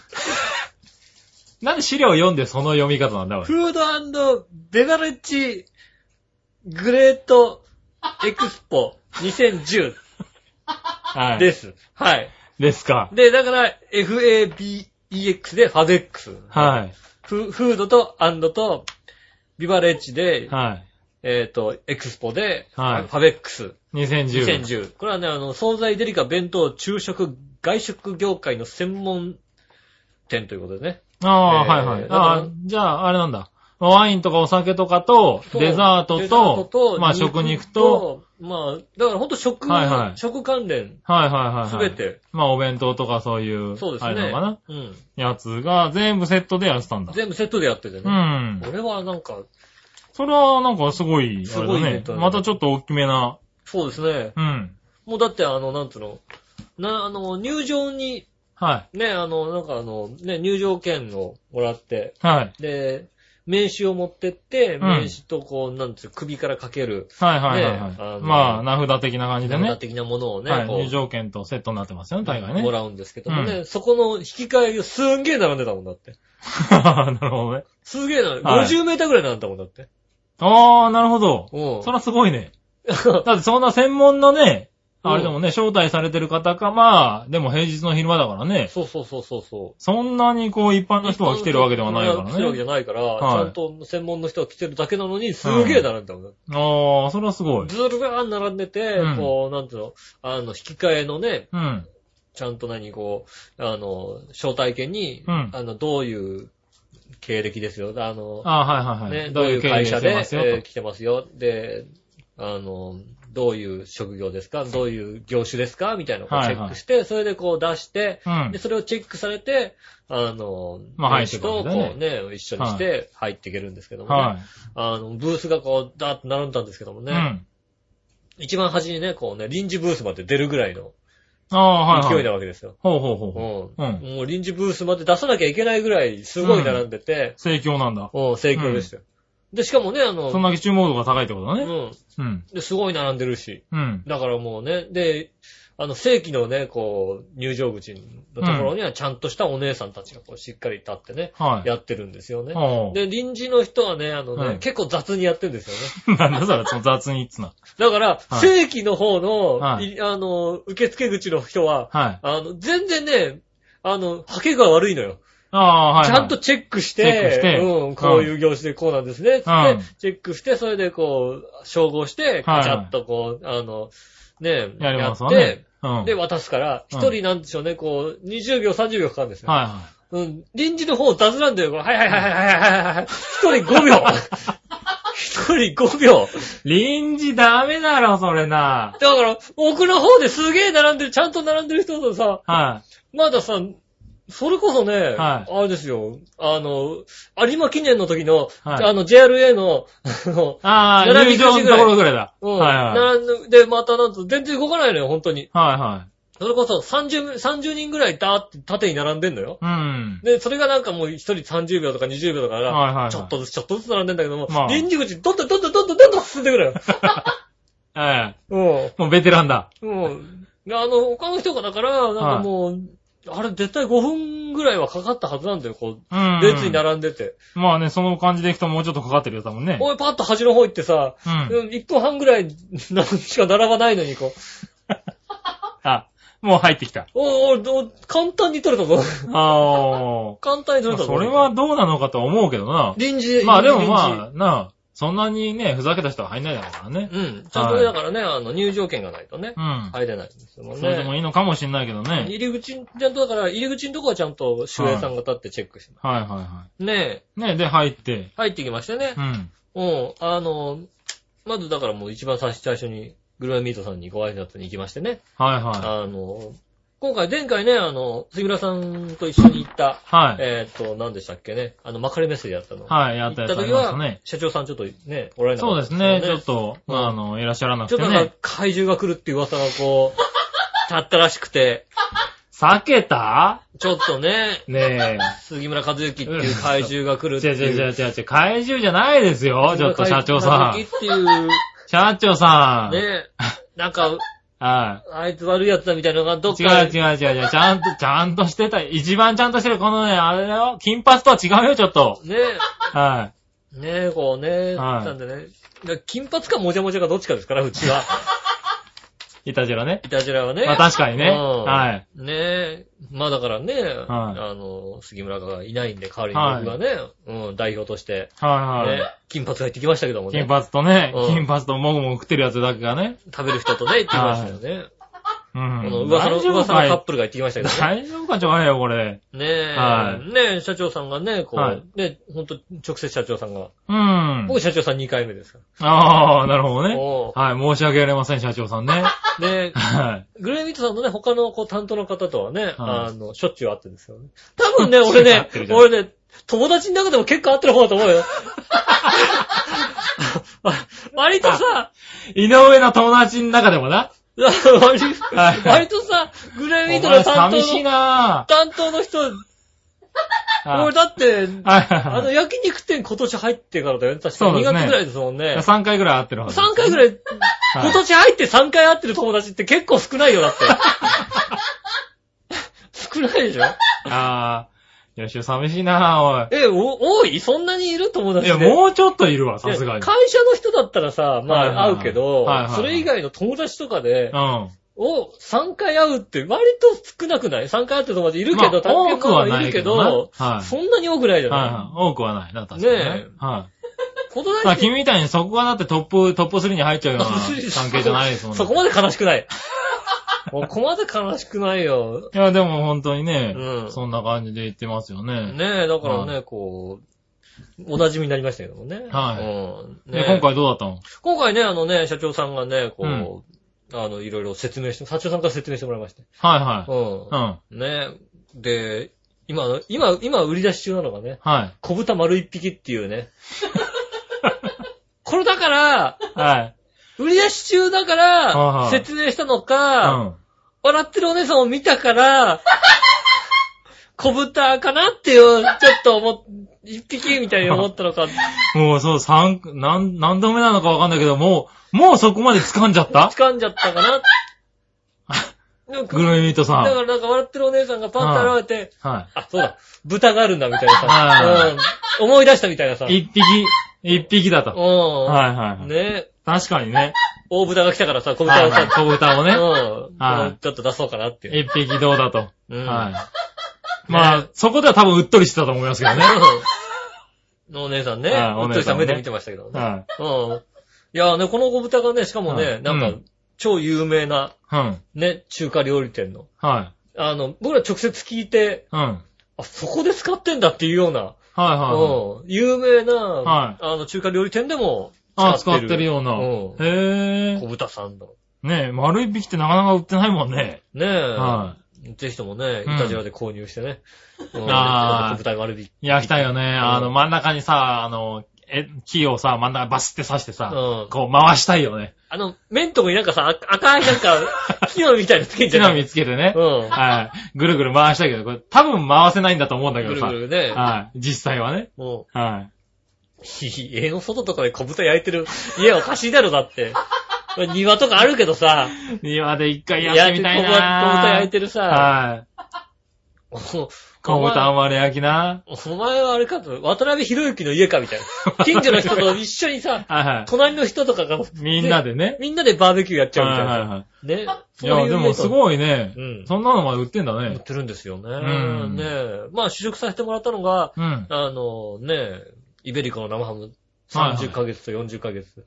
なんで資料を読んでその読み方なんだ、 フード&ベバレッジグレートエクスポにせんじゅうはい。です。はい。 ですか。 で、だから エフエービーイーエックス でファベックス。 はい。 フ, フードとアンドとビバレッジで、 はい。 えっ、ー、と、エクスポで、はい。ファベックス。 にせんじゅう。 にせんじゅう。これはね、あの、惣菜デリカ弁当昼食外食業界の専門店ということでね。 ああ、えー、はいはい。ああ、じゃあ、あれなんだ。ワインとかお酒とかと、デザートと、デザートとまあ食肉と、 まあ、だからほんと食、はいはい、食関連。 はいはいはい。 すべて。 まあお弁当とかそういう、 そうですね。 あれなのかな。 うん。 やつが全部セットでやってたんだ。 全部セットでやっててね。 うん。 俺はなんか、 それはなんかすごい、あれだね。すごいね。またちょっと大きめな。 そうですね。 うん。 もうだってあの、なんつうの、な、あの、入場に、 はい。 ね、あの、なんかあの、ね、入場券をもらって、 はい。 で、名刺を持ってって、名刺とこう、うん、なんつう、首からかける。 はいはいはい、はいね。あまあ、名札的な感じでね。 名札的なものをね、 はい、入場券とセットになってますよね、大概ね。 もらうんですけどもね、うん、そこの引き換えがすんげえ並んでたもんだって。 なるほどね。 すげえな、ごじゅうメーターぐらい並んだもんだって。 ああ、なるほど。うん。そらすごいね。だってそんな専門のね、あれでもね、招待されてる方か、まあ、でも平日の昼間だからね。 そうそうそうそう。 そんなにこう一般の人が来てるわけではないからね。 来てるわけじゃないから、はい、ちゃんと専門の人が来てるだけなのに、すげえ並んだもん、 はい、ああ、それはすごい。 ずるがー並んでて、うん、こう、なんていうの、あの、引き換えのね、 うん。 ちゃんと何、こう、あの、招待券に、うん、あの、どういう経歴ですよ。あの、 あはいはいはい。 ね、どういう会社で、えー、来てますよ。で、あの、どういう職業ですか？どういう業種ですか？みたいなのをチェックして、はいはい、それでこう出して、うん、で、それをチェックされて、あの、 まあ、入ってくると、こうね、一緒にして入っていけるんですけどもね。はい、あの、ブースがこう、ダーッと並んだんですけどもね。うん、一番端にね、こうね、臨時ブースまで出るぐらいの、 ああ、はい、はい。 勢いなわけですよ。 ほうほうほうほう。うん。もう臨時ブースまで出さなきゃいけないぐらい、すごい並んでて。うん、 盛況なんだ。 うん、盛況でしたよ。で、しかもね、あの、 そんだけ注目度が高いってことだね。 うん。うん。で、すごい並んでるし。 うん。 だからもうね、で、あの、正規のね、こう、入場口のところにはちゃんとしたお姉さんたちがこう、しっかり立ってね、はい。やってるんですよね。で、臨時の人はね、あのね、うん、結構雑にやってるんですよね。なんだそれ、その雑にっつな。 だから、はい、正規の方の、はい、あの、受付口の人は、はい。あの、全然ね、あの、ハケが悪いのよ。 ああ、はい、はい。 ちゃんとチェックして、チェックして、うん、こういう業種でこうなんですね、つって、うん、チェックして、それでこう、照合して、カチャッとこう、あの、ね、 やりますわね、やって、うん、で、渡すから、一人なんでしょうね、こう、にじゅうびょう、さんじゅうびょうかかるんですよ。 はいはい。 うん、臨時の方雑なんだよ。はいはいはいはいはいはいはい。一人ごびょう。一人ごびょう。 臨時ダメだろ、それな。 だから、奥の方ですげえ並んでる、ちゃんと並んでる人とさ、はい。まださ、 それこそね、はい、あれですよ、あの、有馬記念の時の、はい、あの、ジェイアールエー の、 ああ、入場のところぐらいだ。 うん。はいはい、で、またなんと全然動かないのよ、本当に。 はいはい。 それこそさんじゅう、さんじゅうにんぐらいだーって縦に並んでんのよ。 うん。 で、それがなんかもう一人さんじゅうびょうとかにじゅうびょうだから、はいはいはい、ちょっとずつちょっとずつ並んでんだけども、まあ、臨時口どんどんどんどんどんどんどんどん進んでくるよ。 はい。 うん。 もうベテランだ。 うん。あの、他の人がだから、なんかもう、はい、あれ絶対ごふんぐらいはかかったはずなんだよ、こう。うん、うん。列に並んでて。 まあね、その感じでいくともうちょっとかかってるよ、多分ね。 おい、パッと端の方行ってさ、うん。いっぷんはんぐらいしか並ばないのに、こう。 あ、もう入ってきた。 おお、簡単に取れたぞ。 ああ。 簡単に取れたぞ。 それはどうなのかと思うけどな。 臨時で。 まあでもまあ、なあ、そんなにね、ふざけた人は入んないだろうからね。 うん。ちゃんとね、だからね、あの、入場券がないとね、うん。入れないんですよね。 それでもいいのかもしんないけどね。 入り口、ちゃんとだから、入り口のとこはちゃんと守衛さんが立ってチェックしてます。 はいはいはい。 ねえ。ねえ、で、入って。 入ってきましたね。うん。うん。あの、まずだからもう一番最初に、グルメミートさんにご挨拶に行きましてね。 はいはい。 あの、今回、前回ね、あの、杉村さんと一緒に行った、はい。えっと、何でしたっけね、あの、マカレメッセでやったの。 はい、やったやつありましたね。 社長さんちょっとね、おられなかったですね。そうですね、ちょっと、まあ、あの、いらっしゃらなくてね。ちょっとなんか、 怪獣が来るっていう噂がこう、立ったらしくて。 避けたちょっとね。 ねえ。 杉村和之っていう怪獣が来るっていう。 違う違う違う違う違う。怪獣じゃないですよ。ちょっと社長さん。和之っていう。 社長さん。 ねえ。なんか、 はい。 あいつ悪いやつだみたいなのがどっか。 違う違う違う違う。ちゃんと、ちゃんとしてた。一番ちゃんとしてる。このね、あれだよ。金髪とは違うよ、ちょっと。 ねえ。 はい。ねえ、こうね。はい。なんでね。金髪かもじゃもじゃかどっちかですから、うちは。 いたじらね。 いたじらはね。 まあ確かにね。うん、はい。 ねえ。まあだからね、はい、あの、杉村がいないんで、代わりに僕がね、はい、うん、代表として、はいはい。ね、金髪が行ってきましたけどもね。 金髪とね、うん、金髪ともぐもぐ食ってるやつだけがね。 食べる人とね、行ってきましたよね。はい、うん。この噂の、噂のカップルが行ってきましたけどね。 大丈夫かちょあれよ、これ。 ねえ。はい。ねえ、社長さんがね、こう、はい、ね、ほんと、直接社長さんが。うん。僕社長さんにかいめですから。 ああ、なるほどね。はい、申し訳ありません、社長さんね。 ねえ。はい。グレーミットさんのね、他のこう担当の方とはね、はい、あの、しょっちゅう会ってるんですよね。多分ね、俺ね、俺ね、友達の中でも結構会ってる方だと思うよ。割とさ、 井上の友達の中でもな。 割, 割とさ、グレーミートの担当の、 寂しいな担当の人、俺だって、あの焼肉店今年入ってからだよね。確かににがつぐらいですもんね。 さんかいぐらい会ってるはず。 さんかいぐらい、今年入ってさんかい会ってる友達って結構少ないよ、だって。少ないでしょ？ ああ。よし、寂しいなぁ、おい。 え、お、多い？そんなにいる友達で。 いや、もうちょっといるわ、さすがに。 会社の人だったらさ、まあ、会うけど、それ以外の友達とかで、うん。をさんかい会うって割と少なくない？ さん 回会ってる友達いるけど、 多くはないけど、 はい。そんなに多くないじゃない？ はいはい。多くはないな、確かに。ねえ。はい。 ことないまあ、君みたいにそこはだってトップ、トップスリーに入っちゃうような関係じゃないですもんね。 そこまで悲しくない。ここまで悲しくないよ。 いや、でも本当にね、うん、そんな感じで言ってますよね。 ねえ、だからね、はい、こう、お馴染みになりましたけどもね。 はい。うんね、今回どうだったの？ 今回ね、あのね、社長さんがね、こう、うん、あの、いろいろ説明して、社長さんから説明してもらいまして。 はいはい。うん。 うん。ねで、今、今、今売り出し中なのがね、 はい。 小豚丸一匹っていうね。これだから、 はい。 売り出し中だから、説明したのか、うん、笑ってるお姉さんを見たから、小豚かなっていう、ちょっと思っ、一匹みたいに思ったのか。 もうそう、三、何、何度目なのかわかんないけど、もう、もうそこまで掴んじゃった掴んじゃったかな。 グルメミートさん。 だからなんか笑ってるお姉さんがパンと現れて、 はい。はい、 あ、そうだ、豚があるんだみたいなさ、はいうん、思い出したみたいなさ。 一匹、一匹だと。 うん。 はいはい、はい。 ね。 確かにね。 大豚が来たからさ、小豚をさ、はいはい、 小豚をね。 うん。はい。ちょっと出そうかなっていう。 一匹どうだと。うん。はい。まあ、ね、そこでは多分うっとりしてたと思いますけどね。 のお姉さんね。うっとりした目で見てましたけどね。はい。うん。いやね、この小豚がね、しかもね、はい、なんか、うん、超有名な、うん、ね、中華料理店の。はい。あの、僕ら直接聞いて、うん。あ、そこで使ってんだっていうような。はいはい、はい。 うん。有名な、はい。あの、中華料理店でも使ってる。 あ、使ってるような。うん。 へぇー。小豚さんの。 ねえ、丸一匹ってなかなか売ってないもんね。 ねえ。はい。 ぜひともね、イタジラで購入してね。 うん、ああ。 舞台丸引き。 焼きたいよね。あの、真ん中にさ、あの、え、木をさ、真ん中バスって刺してさ、うん、こう回したいよね。 あの、麺とこになんかさ、赤いなんか、木のみたいにつけて木の実つけてね。うん。はい。ぐるぐる回したいけど、これ多分回せないんだと思うんだけどさ。 ぐるぐるね。 はい。実際はね。うん。はい。 家の外とかで小豚焼いてる家はおかしいだろ、だって。庭とかあるけどさ。 庭で一回やってみたいな。 小豚焼いてるさ。 はい。小豚丸焼きな。 お前はあれかと、渡辺博之の家かみたいな。近所の人と一緒にさ、はいはい、隣の人とかが、 みんなでね。 みんなでバーベキューやっちゃうみたいな。はいはいはい、ね。 いや、でもすごいね。うん。そんなのまで売ってんだね。 売ってるんですよね。うん。ねえ。まあ試食させてもらったのが、うん、あの、ねイベリコの生ハムさんじゅっかげつとよんじゅっかげつ。うん。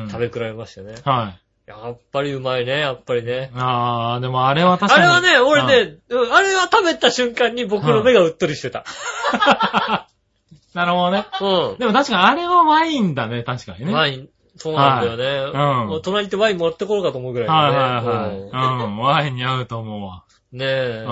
食べ比べましてね。はい。やっぱりうまいね、やっぱりね。 ああ、でもあれは確かに。 あれはね、俺ね、うん、あれは食べた瞬間に僕の目がうっとりしてた。 なるほどね。うん。でも確かにあれはワインだね、確かにね。 ワイン。そうなんだよね。はい、うん。もう隣行ってワイン持ってこようかと思うぐらいだね。 はいはいはい。うん、うん。ワインに合うと思うわ。 ねえ。うん。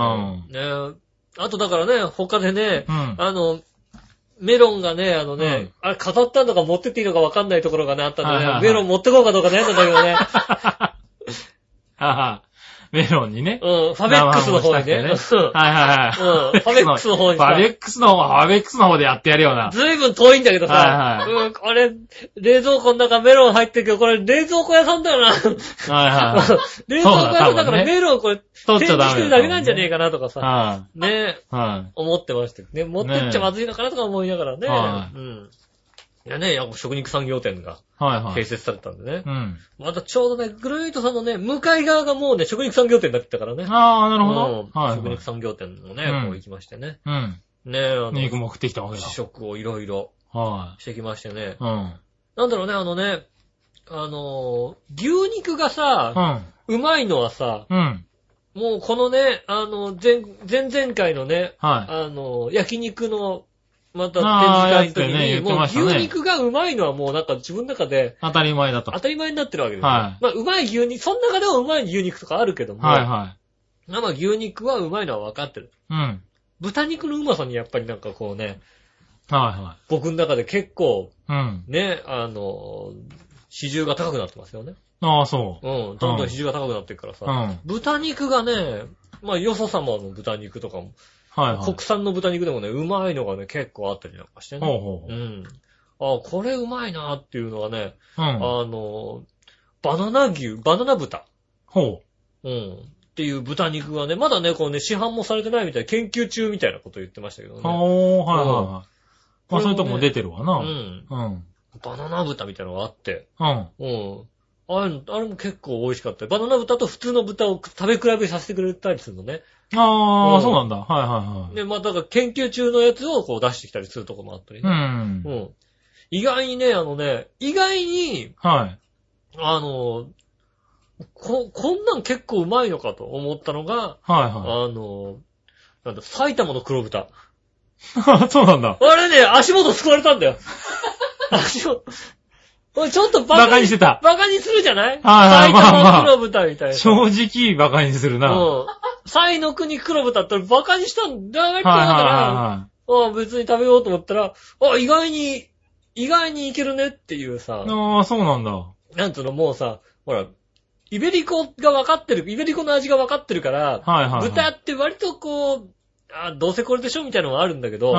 ねえ。あとだからね、他でね、うん、あの、メロンがね、あのね、うん、あれ飾ったのか持ってっていいのか分かんないところがね、あったんでね、はいはいはい、メロン持ってこうかどうか悩んだんだけどね。 ははメロンにね。 うん、ファベックスの方にね。ねはいはいはい。うん、ファベックスの方に。 ファベックスの方、ファベックスの方でやってやるよな。 ずいぶん遠いんだけどさ。はいはい。うん、これ、冷蔵庫の中メロン入ってるけど、これ冷蔵庫屋さんだよな。はいはい。冷蔵庫屋さんだからメロンこれ、取っちゃダメしてるだけなんじゃねえかなとかさ。はい。ねはい。思ってましたね。持ってっちゃまずいのかなとか思いながらね。はい。うん。いやね、食肉産業店が、併設されたんでね。はいはい、うん。またちょうどね、グルーイートさんのね、向かい側がもうね、食肉産業店になってたからね。 ああ、なるほど。 はい、はい。食肉産業店もね、うん、こう行きましてね。うん。ねえ、あの、 肉も食ってきたわけだ。 試食をいろいろ、はい。してきましてね。うん。なんだろうね、あのね、あの、牛肉がさ、うん。うまいのはさ、うん。もうこのね、あの、前、前々回のね、はい。あの、焼肉の、また展示会の時に、ね、もう牛肉がうまいのはもうなんか自分の中で当たり前だと。 当たり前になってるわけですよ。はい。まあうまい牛肉、その中ではうまい牛肉とかあるけども、はいはい。まあ牛肉はうまいのは分かってる。うん。豚肉のうまさにやっぱりなんかこうね、はいはい。僕の中で結構、うん。ね、あの、比重が高くなってますよね。 ああ、そう。 うん。どんどん比重が高くなっていくからさ、うん。豚肉がね、まあよそ様の豚肉とかも、はいはい、国産の豚肉でもね、うまいのがね、結構あったりなんかしてね。ほうほうほう。うん。あ、これうまいなっていうのがね、うん、あの、バナナ牛、バナナ豚。ほう。うん。っていう豚肉がね、まだね、こうね、市販もされてないみたい、研究中みたいなこと言ってましたけどね。 おー、はいはいはい。うん、まあそういうとこも出てるわな。うん。 うん。バナナ豚みたいなのがあって。うん。うん。あれ、あれも結構美味しかった。バナナ豚と普通の豚を食べ比べさせてくれたりするのね。 ああ、うん、そうなんだ。はいはいはい。 で、まあ、だから研究中のやつをこう出してきたりするとこもあったりね。うん。うん。意外にね、あのね、意外に、はい。あの、こ、こんなん結構うまいのかと思ったのが、はいはい。あの、なんだ、埼玉の黒豚。 そうなんだ。 あれね、足元救われたんだよ。足元。おい、ちょっとバカに、 バカにしてた。 バカにするじゃない？はいはい、 埼玉黒豚みたいな。まあまあ、 正直バカにするな。うん。 西の国黒豚ってバカにしたんだよねって言われたら、ああ、別に食べようと思ったら、あ、意外に、意外にいけるねっていうさ。 ああ、そうなんだ。 なんつうの、もうさ、ほら、イベリコが分かってる、イベリコの味が分かってるから、はいはいはい、豚って割とこう、あ、どうせこれでしょみたいなのがあるんだけど、うん、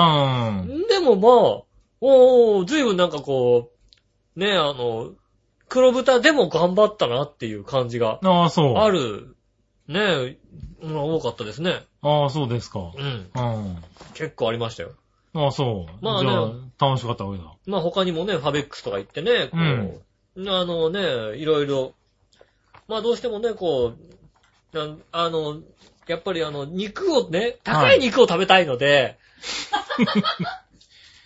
でもまあ、おー、ずいぶんなんかこう、ねえ、あの、黒豚でも頑張ったなっていう感じがああ、そう。 ある。ねえ、まあ、多かったですね。 ああ、そうですか。うん。 うん。結構ありましたよ。 ああ、そう。まあね。じゃあ、楽しかったわけだ。 まあ他にもね、ファベックスとか行ってね、こう、うん、あのね、いろいろ、まあどうしてもね、こう、あの、やっぱりあの、肉をね、高い肉を食べたいので、 はい、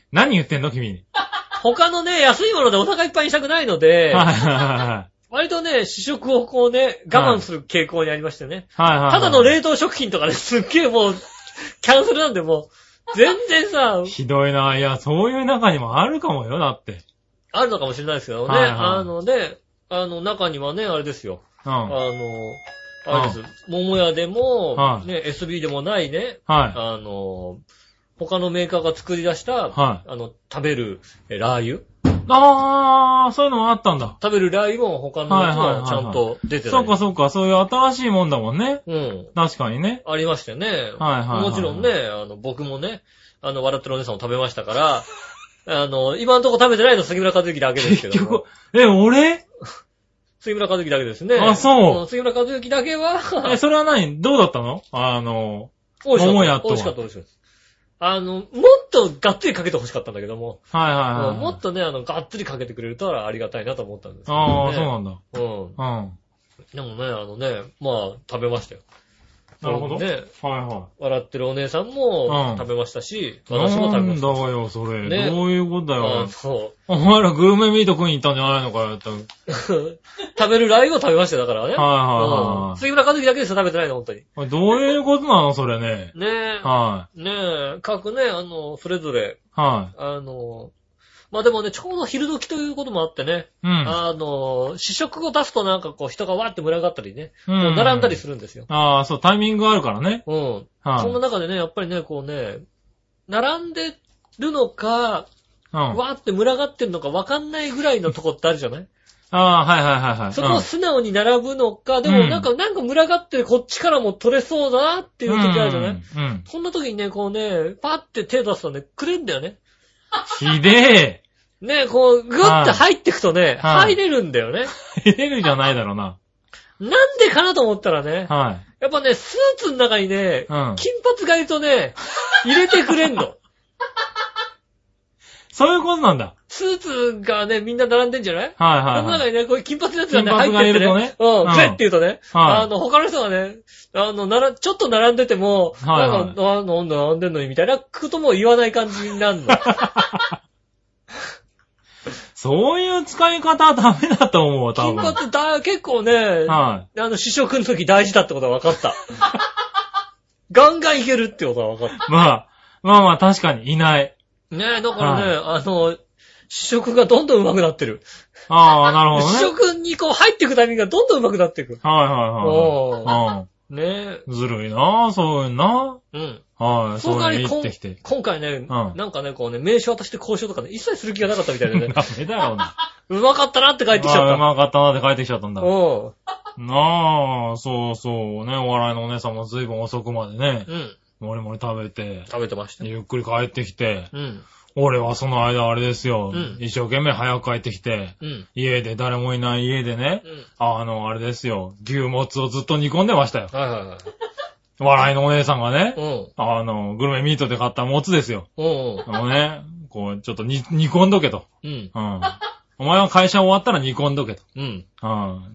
何言ってんの君。 他のね、安いものでお腹いっぱいにしたくないので、はいはいはい。割とね、試食をこうね、我慢する傾向にありましてね。はいはいはいはい、ただの冷凍食品とかね、すっげえもう、キャンセルなんでもう、全然さ。 ひどいな。いや、そういう中にもあるかもよ、だって。 あるのかもしれないですけどね。はいはい、あのね、あの中にはね、あれですよ。うん、あの、 あれです。桃屋でも、はい、ね、エスビー でもないね、はい、あの、他のメーカーが作り出した、はい、あの、食べるラー油。 あー、そういうのもあったんだ。 食べるラー油も他のやつもちゃんと出てる。 そうかそうか、そういう新しいもんだもんね。うん。確かにね。 ありましたよね。はいはいはい、はい。もちろんね、あの、僕もね、あの、笑ってるお姉さんも食べましたから、あの、今のとこ食べてないの杉村和之だけですけど。結局、 え、俺杉村和之だけですね。 あ、そう。 杉村和之だけは。 え、それは何どうだったのあの、桃屋と。 美味しかった、美味しかった。あの、もっとがっつりかけて欲しかったんだけども。 はいはいはい。 もっとね、あの、がっつりかけてくれるとありがたいなと思ったんですけど、 ね。ああ、そうなんだ。 うん。うん。でもね、あのね、まあ、食べましたよ。 なるほど。 ね。 はいはい。 笑ってるお姉さんも食べましたし、うん、私も食べました。 なんだよ、それ。ね、どういうことだよ。 あ、そう。 お前らグルメミート食いに行ったんじゃないのかよ、 食べるライブを食べましたよ、だからね。 はいはいはい、 うん。杉村和樹だけですよ、食べてないの、本当に。 どういうことなの、それね。 ねえ。 はい。 ねえ、各ね、あの、それぞれ。 はい。 あの、まあでもね、ちょうど昼時ということもあってね。うん。あの、試食を出すとなんかこう人がわーって群がったりね。うん。もう並んだりするんですよ。 ああ、そう、タイミングがあるからね。 うん。はい。そんな中でね、やっぱりね、こうね、並んでるのか、うん。わーって群がってるのかわかんないぐらいのとこってあるじゃないああ、はいはいはいはい。 そこを素直に並ぶのか、うん、でもなんか、なんか群がってこっちからも取れそうだなっていう時あるじゃない、うんうん、そんな時にね、こうね、パッて手出すとね、くれんだよね。 ひでえ。 ね、こう、ぐって入ってくとね、はい、入れるんだよね。 入れるじゃないだろうな。 なんでかなと思ったらね、はい、やっぱね、スーツの中にね、うん、金髪がいるとね、入れてくれんの。 そういうことなんだ。 スーツがね、みんな並んでんじゃないはいはい、はい。 その中にね、こういう金髪のやつがね、入ってってね。ねうん、くれって言うとね、はい、あの、他の人がね、あの、なら、ちょっと並んでても、はいはい、なんか、あの、並んでんのにみたいなことも言わない感じになるの。 そういう使い方はダメだと思う、多分。 金髪だ、結構ね、はい、あの、試食の時大事だってことが分かった。ガンガンいけるってことが分かった。 まあ、まあまあ確かにいない。 ねえ、だからね、はい、あの、試食がどんどん上手くなってる。 ああ、なるほどね。 試食にこう入っていくタイミングがどんどん上手くなっていく。 はいはいはい。 うん。ねえ。 ずるいなぁ、そういうな。 うん。 はい、そういうの言ってきて。 今回ね、うん、なんかね、こうね、名刺渡して交渉とかね、一切する気がなかったみたいでね。 ダメだろうな。 うまかったなって帰ってきちゃった。 うまかったなって帰ってきちゃったんだ。 うん。 なあ、そうそうね、お笑いのお姉さんも随分遅くまでね。うん。もりもり食べて。 食べてました。 ゆっくり帰ってきて。 うん。 俺はその間あれですよ、うん。一生懸命早く帰ってきて、うん、家で誰もいない家でね、うん、あの、あれですよ、牛もつをずっと煮込んでましたよ。 はいはいはい。 笑いのお姉さんがね、 うん、 あの、グルメミートで買ったもつですよ。 うん、 あのね、こう、ちょっと煮込んどけと。 うん。 うん。お前は会社終わったら煮込んどけと。 うん。 うん。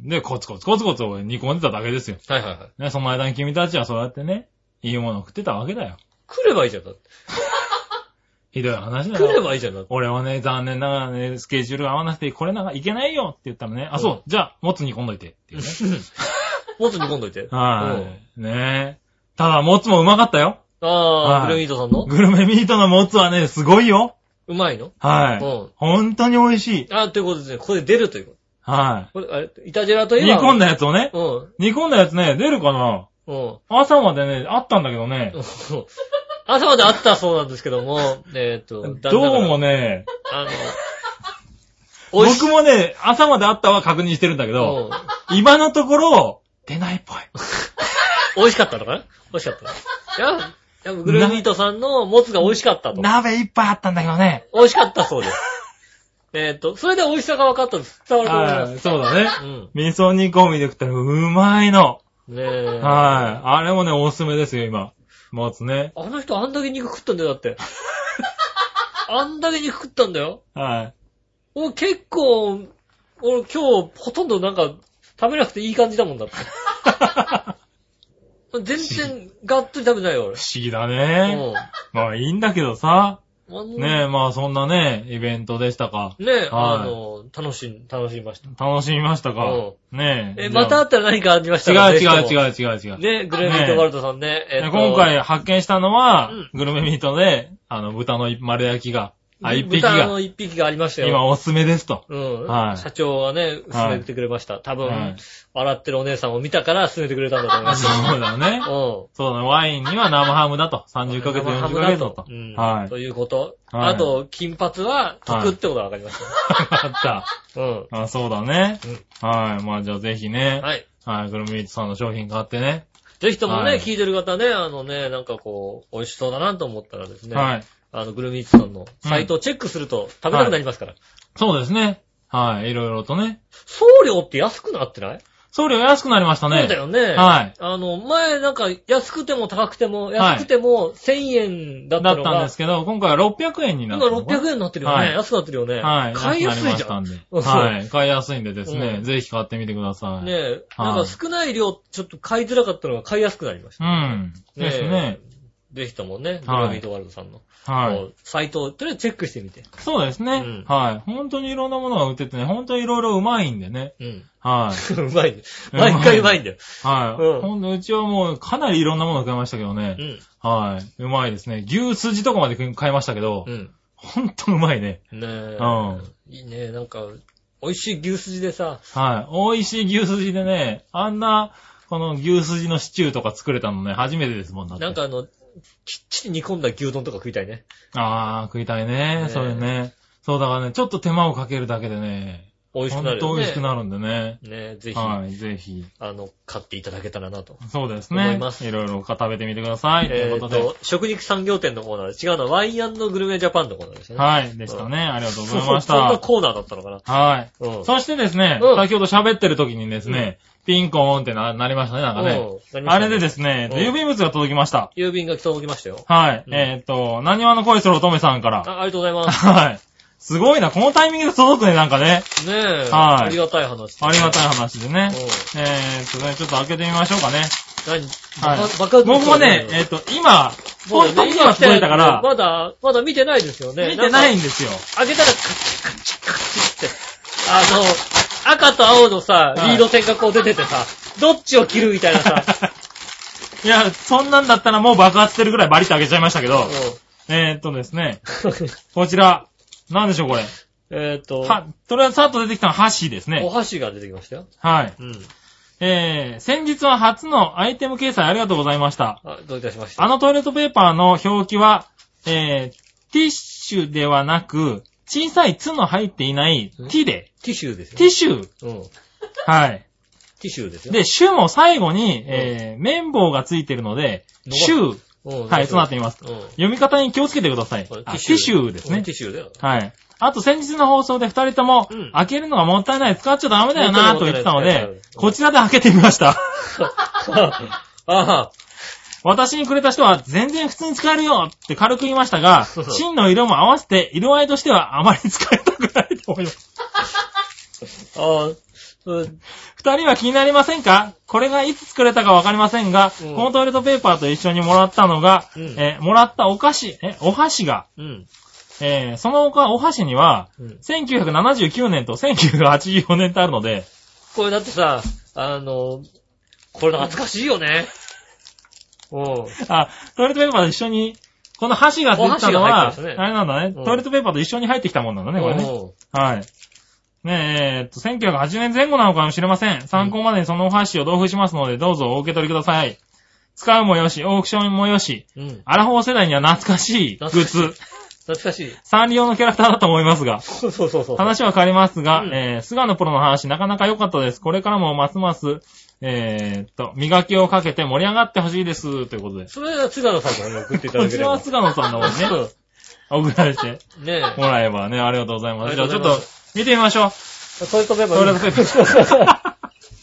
で、コツコツコツコツ煮込んでただけですよ。 はいはいはい。 ね、その間に君たちはそうやってね、いいものを食ってたわけだよ。 食ればいいじゃん、だって。 ひどい話だよ。 来ればいいじゃん。 俺はね、残念ながらね、スケジュール合わなくて、これなんかいけないよって言ったらね、あ、そう、じゃあ、もつ煮込んどいて。っていうね。 もつ煮込んどいて。 はい。ねえ。ただ、もつもうまかったよ。 ああ、グルメミートさんのグルメミートのもつはね、すごいよ。 うまいのはい。うん。本当に美味しい。 あ、ということですね。ここで出るということ。 はい。 これ、あれ、イタジェラといえば。 煮込んだやつをね。 うん。 煮込んだやつね、出るかなうん。 朝までね、あったんだけどね。 朝まであったそうなんですけども、えっと、 どうもね、 あの、 僕もね、朝まであったは確認してるんだけど、今のところ、出ないっぽい。 美味しかったのかな美味しかった。いや、やっぱグルメミートさんのもつが美味しかったと。 鍋一杯あったんだけどね。 美味しかったそうです。えっと、それで美味しさが分かったんです。伝わると思います。 そうだね。うん。味噌煮込みで食ったらうまいの。 ねえ。 はい。あれもね、おすすめですよ、今。もつね。 あの人あんだけ肉食ったんだよ、だって。あんだけ肉食ったんだよ。 はい。 俺結構、俺今日ほとんどなんか食べなくていい感じだもんだって。全然がっつり食べないよ、俺。 不思議だね。うん。まあいいんだけどさ。ねえ、まあそんなね、イベントでしたか。 ねえ、はい、あの、楽しん、楽しみました。 楽しみましたか。うん、ねえ。え、またあったら何かありましたか？ 違う違う違う違う違う。 ね、グルメミートワールドさんね。ねえっと、今回発見したのは、うん、グルメミートで、あの、豚の丸焼きが。 あ、一匹が。 豚の一匹がありましたよ。 今おすすめですと。 うん。はい。社長はね、勧めてくれました。多分、はい、洗ってるお姉さんを見たから勧めてくれたんだと思います。 そうだね。うん。そうだね。ワインには生ハムだと。さんじゅっかげつ、よんじゅっかげつだと。 うん。はい。ということ。はい、あと、金髪は得ってことが分かりました。 分かった。うん。あ、そうだね。うん。はい。まあじゃあぜひね。はい。はい。グルメイーツさんの商品買ってね。 ぜひともね、はい、聞いてる方ね、あのね、なんかこう、美味しそうだなと思ったらですね。はい。あの、グルメイーツさんのサイトをチェックすると食べたくなりますから。はい、 そうですね。はい。いろいろとね。 送料って安くなってない？ 送料安くなりましたね。 そうだよね。はい。あの、前なんか安くても高くても、安くてもせんえんだったのが、 だったんですけど、今回はろっぴゃくえんになってる。 今ろっぴゃくえんになってるよね。はい、安くなってるよね。はい。買いやすいじゃん。 はい。買いやすいんでですね、うん、ぜひ買ってみてください。 ねえ、なんか少ない量ちょっと買いづらかったのが買いやすくなりました、 ね。うん。ですね。 ぜひともね、グラビートワールドさんの、はい、サイトをとりあえずチェックしてみて。 そうですね。うん、はい。本当にいろんなものが売っててね、本当にいろいろうまいんでね。うん。はい。 うまいね。毎回うまいんだよ。 はい。うん。ほんと、うちはもうかなりいろんなものを買いましたけどね。うん。はい。うまいですね。牛すじとかまで買いましたけど、うん。ほんとうまいね。ねえ。うん。 いいね。なんか、美味しい牛すじでさ。 はい。美味しい牛すじでね、あんな、この牛すじのシチューとか作れたのね、初めてですもんだって。 なんかあの、きっちり煮込んだ牛丼とか食いたいね。 ああ、食いたいね。それね。そうだからね、ちょっと手間をかけるだけでね。 美味しくなるよね。 ほんと美味しくなるんでね。 ね、ぜひ。 はい、ぜひ。 あの、買っていただけたらなと。 そうですね。思います。いろいろ食べてみてください。 えー、ということで。食肉産業店のコーナーです。違うのはワイン&グルメジャパンのコーナーでしたね。 はい、でしたね。ありがとうございました。 そんなコーナーだったのかな。 はい。うん、そしてですね、うん、先ほど喋ってる時にですね、うんピンコーンってな、なりましたね、なんかね。あれでですね、郵便物が届きました。 郵便が届きましたよ。 はい。うん、えっと、何話の恋する乙女さんから。 あ、ありがとうございます。 はい。すごいな、このタイミングで届くね、なんかね。 ねえ。はい。ありがたい話。 ありがたい話でね。えーっとね、ちょっと開けてみましょうかね。 何はい。僕もね、えーっと、今、ほんとに今届いたから。 まだ、まだ見てないですよね。 見てないんですよ。 開けたらカチカチカチって。あの、赤と青のさ、リード線がこう出ててさ、どっちを切るみたいなさ。 いや、そんなんだったらもう爆発してるぐらいバリッと開けちゃいましたけど。えーっとですね。こちら、なんでしょうこれ。 えーっと。 は、とりあえずさっと出てきたのは箸ですね。 お箸が出てきましたよ。 はい。うん。えー、先日は初のアイテム掲載ありがとうございました。 あ、どういたしました。 あのトイレットペーパーの表記は、えー、ティッシュではなく、小さいつの入っていないティで。 ティッシュですよ、ね。 ティッシュ。うん。はい。 ティッシュですよ。 で、シュも最後に、えー、綿棒がついてるので、シュー。はい、そうなっています。読み方に気をつけてください。ティッシュですね。 ティッシュだよ。 はい。あと先日の放送で二人とも、うん、開けるのがもったいない、使っちゃダメだよなと言ってたので、こちらで開けてみました。ああ私にくれた人は全然普通に使えるよって軽く言いましたが、芯の色も合わせて色合いとしてはあまり使いたくないと思います。ああ、うん、二人は気になりませんか？これがいつ作れたかわかりませんが、うん、このトイレットペーパーと一緒にもらったのが、うん、えー、もらったお菓子、え、お箸が、うんえー、その他お箸には、うん、せんきゅうひゃくななじゅうきゅうねんとせんきゅうひゃくはちじゅうよねんとあるので、 これだってさ、あの、これ懐かしいよね。 おあ、トイレットペーパーと一緒に、この箸が出てたのは、ね、あれなんだね、うん。トイレットペーパーと一緒に入ってきたもんなんだね、これね。はい。ねえ、えー、っと、せんきゅうひゃくはちじゅうねんぜん後なのかもしれません。参考までにそのお箸を同封しますので、どうぞお受け取りください。使うもよし、オークションもよし、うん、アラフォー世代には懐かしいグッズ。 懐かしい。 サンリオのキャラクターだと思いますが。 そうそうそうそう。 話は変わりますが、うん、えー、菅野プロの話なかなか良かったです。これからもますます、えー、っと、磨きをかけて盛り上がってほしいです。ということで。 それは菅野さんの方に送っていただければ。 こちらは菅野さんの方にね、送られて、ねもらえばね、ありがとうございます。じゃあちょっと、見てみましょう。 トイレットペーパー。 トイレットペーパ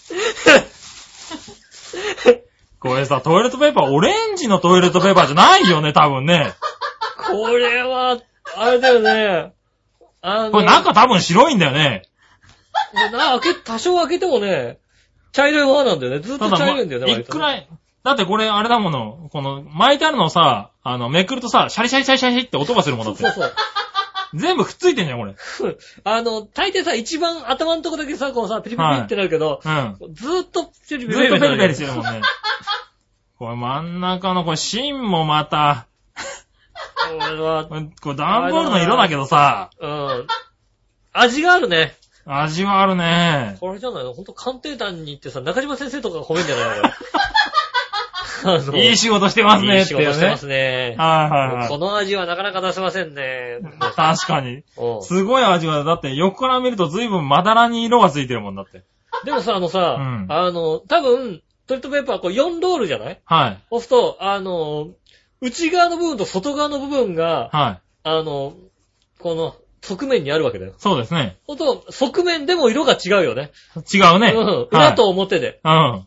ー。これさ、トイレットペーパー、オレンジのトイレットペーパーじゃないよね、多分ね。 これは、あれだよね。あのこれ中多分白いんだよね。 な、開け、多少開けてもね、茶色いままなんだよね。ずっと茶色いんだよね。 いくらい、だってこれあれだもの、この、巻いてあるのさ、あの、めくるとさ、シャリシャリシャリシャリって音がするもんだって。そうそうそう。全部くっついてんじゃん、これ。 あの、大抵さ、一番頭のとこだけさ、こうさ、ピリピリってなるけど、はい、うん、ずーっとピリピリずーっとペリペリしてるもんね。これ真ん中のこれ芯もまた、 れは、 これ段ボールの色だけどさ。 うん。味があるね。 味はあるね。 これじゃないのほんと鑑定団に行ってさ、中島先生とかが褒めんじゃないのこれ。 いい仕事してますねって、ね。 いい仕事してますね。 はいはいはい。 この味はなかなか出せませんね。 確かに。すごい味が、だって横から見ると随分まだらに色がついてるもんだって。 でもさ、あのさ、うん、あの、多分、トイレットペーパーこうよんロールじゃないはい。 そうすると、あの、内側の部分と外側の部分が、 はい。 あの、この、側面にあるわけだよ。 そうですね。 ほんと、側面でも色が違うよね。 違うね。 うん。裏と表で。 はい、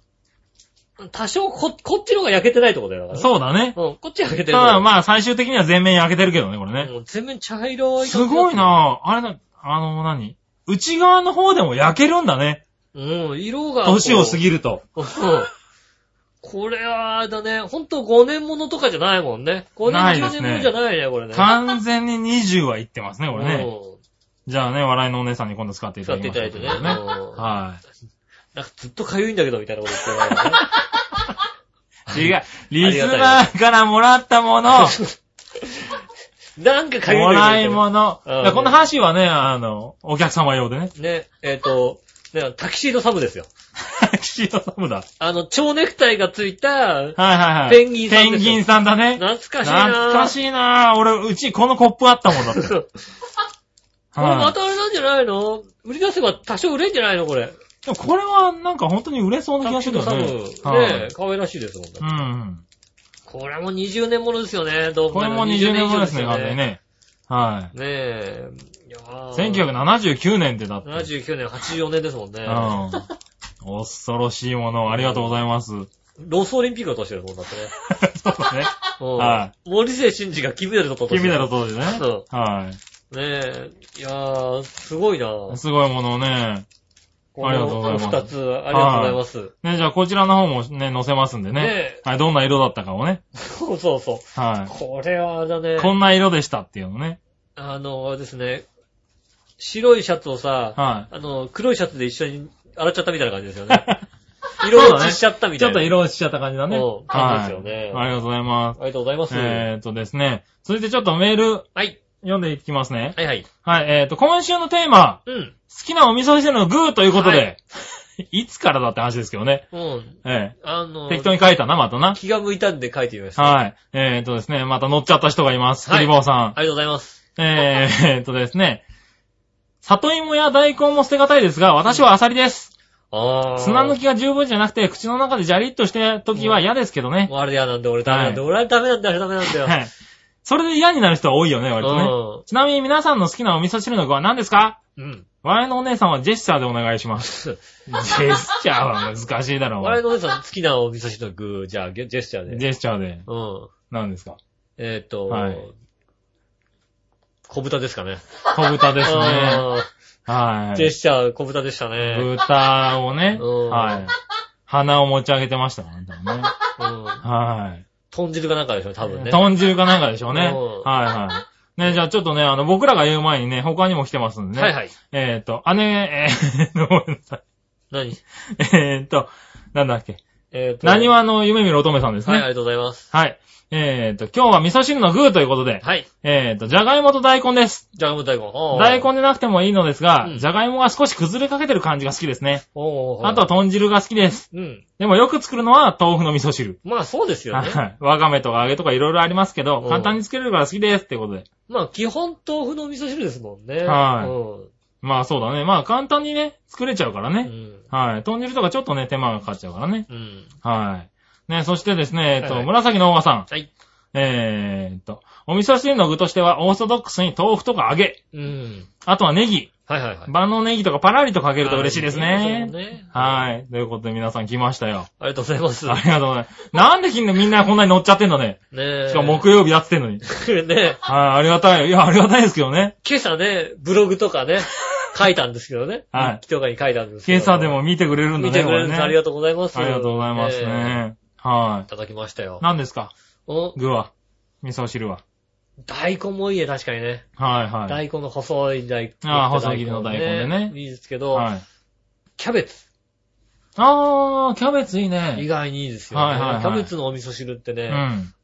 うん。多少こ、こっちの方が焼けてないとこだよ。 そうだね。 うん。こっち焼けてる。 ただまあ最終的には全面焼けてるけどね、これね。 うん、全面茶色い。 すごいなぁ。あれだ、あの何内側の方でも焼けるんだね。 うん、色が。 年を過ぎると。 うん。これは、あれだね、ほんとごねんものとかじゃないもんね。ごねん、じゅうねんものじゃないね、これね。 完全ににじゅうはいってますね、これね。じゃあね、笑いのお姉さんに今度使っていただきましょう。 使っていただいてね。 はい。 なんかずっとかゆいんだけど、みたいなこと言ってない、ね。違う。リスナーからもらったもの。 なんかかゆいんだけど。 もらいもの。この箸はね、あの、お客様用でね。 ね、えっと、ね、タキシードサムですよ。 タキシードサムだ。 あの、蝶ネクタイがついた、はいはいはい。 ペンギンさんですよ。 ペンギンさんだね。 懐かしいな懐かしいな俺、うちこのコップあったもんだって。 これまたあれなんじゃないの売り出せば多少売れんじゃないのこれ。 でもこれはなんか本当に売れそうな気がするよね。 ねえ、可愛らしいですもんね。 うん。 これもにじゅうねんものですよね、どうこれもにじゅうねんものですね、完全にね。はい。 ねえ。いやせんきゅうひゃくななじゅうきゅうねんってだって。 ななじゅうきゅうねん、はちじゅうよねんですもんね。 うん。恐ろしいものをありがとうございます。 ロスオリンピックを落としてるもんだってね。 そうだね。 はい。森末慎二が金メダル取った。 金メダル取ってね。 そう。 はい。 ねえ。いやー、すごいなすごいものをね。ありがとうございます。 二つ、ありがとうございます。 ね、じゃあこちらの方もね、載せますんでね。ねはい、どんな色だったかをね。 そうそうそう。はい。これはだね。 こんな色でしたっていうのね。 あの、あれですね。白いシャツをさ、 はい。 あの、黒いシャツで一緒に洗っちゃったみたいな感じですよね。色落ちしちゃったみたいな。 ちょっと色落ちしちゃった感じだね。 そう、感じですよね、 はい。ありがとうございます。 ありがとうございます。 えーっとですね。続いてちょっとメール。 はい。 読んでいきますね。 はいはい。 はい、えーっと、今週のテーマ。うん。好きなお味噌汁のグーということで。はいいつからだって話ですけどね。うん。ええ。あのー、適当に書いたな、またな。 気が向いたんで書いてみました。 はい。えー、っとですね、また乗っちゃった人がいます。はい。クリボーさん。ありがとうございます。 えー、えー、っとですね、里芋や大根も捨てがたいですが、私はアサリです。うん、あー。砂抜きが十分じゃなくて、口の中でジャリッとしてる時は嫌ですけどね。 もうあれ嫌なんで、俺ダメなんだ。はい、俺ダメなんだよ、ダメなんだよ。はい。 それで嫌になる人は多いよね、割とね。ちなみに皆さんの好きなお味噌汁の具は何ですか？うん。我のお姉さんはジェスチャーでお願いします。ジェスチャーは難しいだろう。 我のお姉さん好きなお味噌汁の具、じゃあ、ジェスチャーで。 ジェスチャーで。 うん。 何ですか？ えーっと、はい。小豚ですかね。 小豚ですね。はい。 ジェスチャー小豚でしたね。 豚をね、はい。鼻を持ち上げてましたからね。うん。はい。 豚汁かなんかでしょ、多分ね。 豚汁かなんかでしょうね。はいはい。ね、じゃあちょっとね、あの、僕らが言う前にね、他にも来てますんでね。はいはい。えっと、姉、えー、ごめんなさい。 何えーっと、なんだっけ。 えーっと。 何話の夢見る乙女さんですね。 はい、ありがとうございます。 はい。えーっと、今日は味噌汁のグーということで。はい。えーっと、じゃがいもと大根です。 じゃがいもと大根。 大根でなくてもいいのですが、じゃがいもが少し崩れかけてる感じが好きですね。おあとは豚汁が好きです。うん。でもよく作るのは豆腐の味噌汁。 まあそうですよね。はい。 わかめとか揚げとかいろいろありますけど、簡単に作れるから好きですってことで。 まあ基本豆腐の味噌汁ですもんね。 はい。うんまあそうだね。まあ簡単にね、作れちゃうからね。うん、はい。豚汁とかちょっとね、手間がかかっちゃうからね。うん、はい。ね、そしてですね、えっと、はいはい、紫のおばさん。はい。えーっと、お味噌汁の具としてはオーソドックスに豆腐とか揚げ。うん。あとはネギ。はいはいはい。万能ネギとかパラリとかけると嬉しいですね。そうね。はい。ということで皆さん来ましたよ。 ありがとうございます。 ありがとうございます。なんでみんなこんなに乗っちゃってんだね。ねえ。しかも木曜日やってんのに。ねえ。はい、ありがたい。いや、ありがたいですけどね。 今朝ね、ブログとかね。書いたんですけどね。はい。日記とかに書いたんですけど。 今朝でも見てくれるんだね。 見てくれるんです。ありがとうございます。 ありがとうございますね。はい。 いただきましたよ。 何ですか？お具は。味噌汁は。 大根もいいね、確かにね。 はいはい。 大根の細い大根。 ああ、細切りの大根でね。 いいですけど。はい。キャベツ。 ああ、キャベツいいね。 意外にいいですよね。はいはいはい。キャベツのお味噌汁ってね。うん。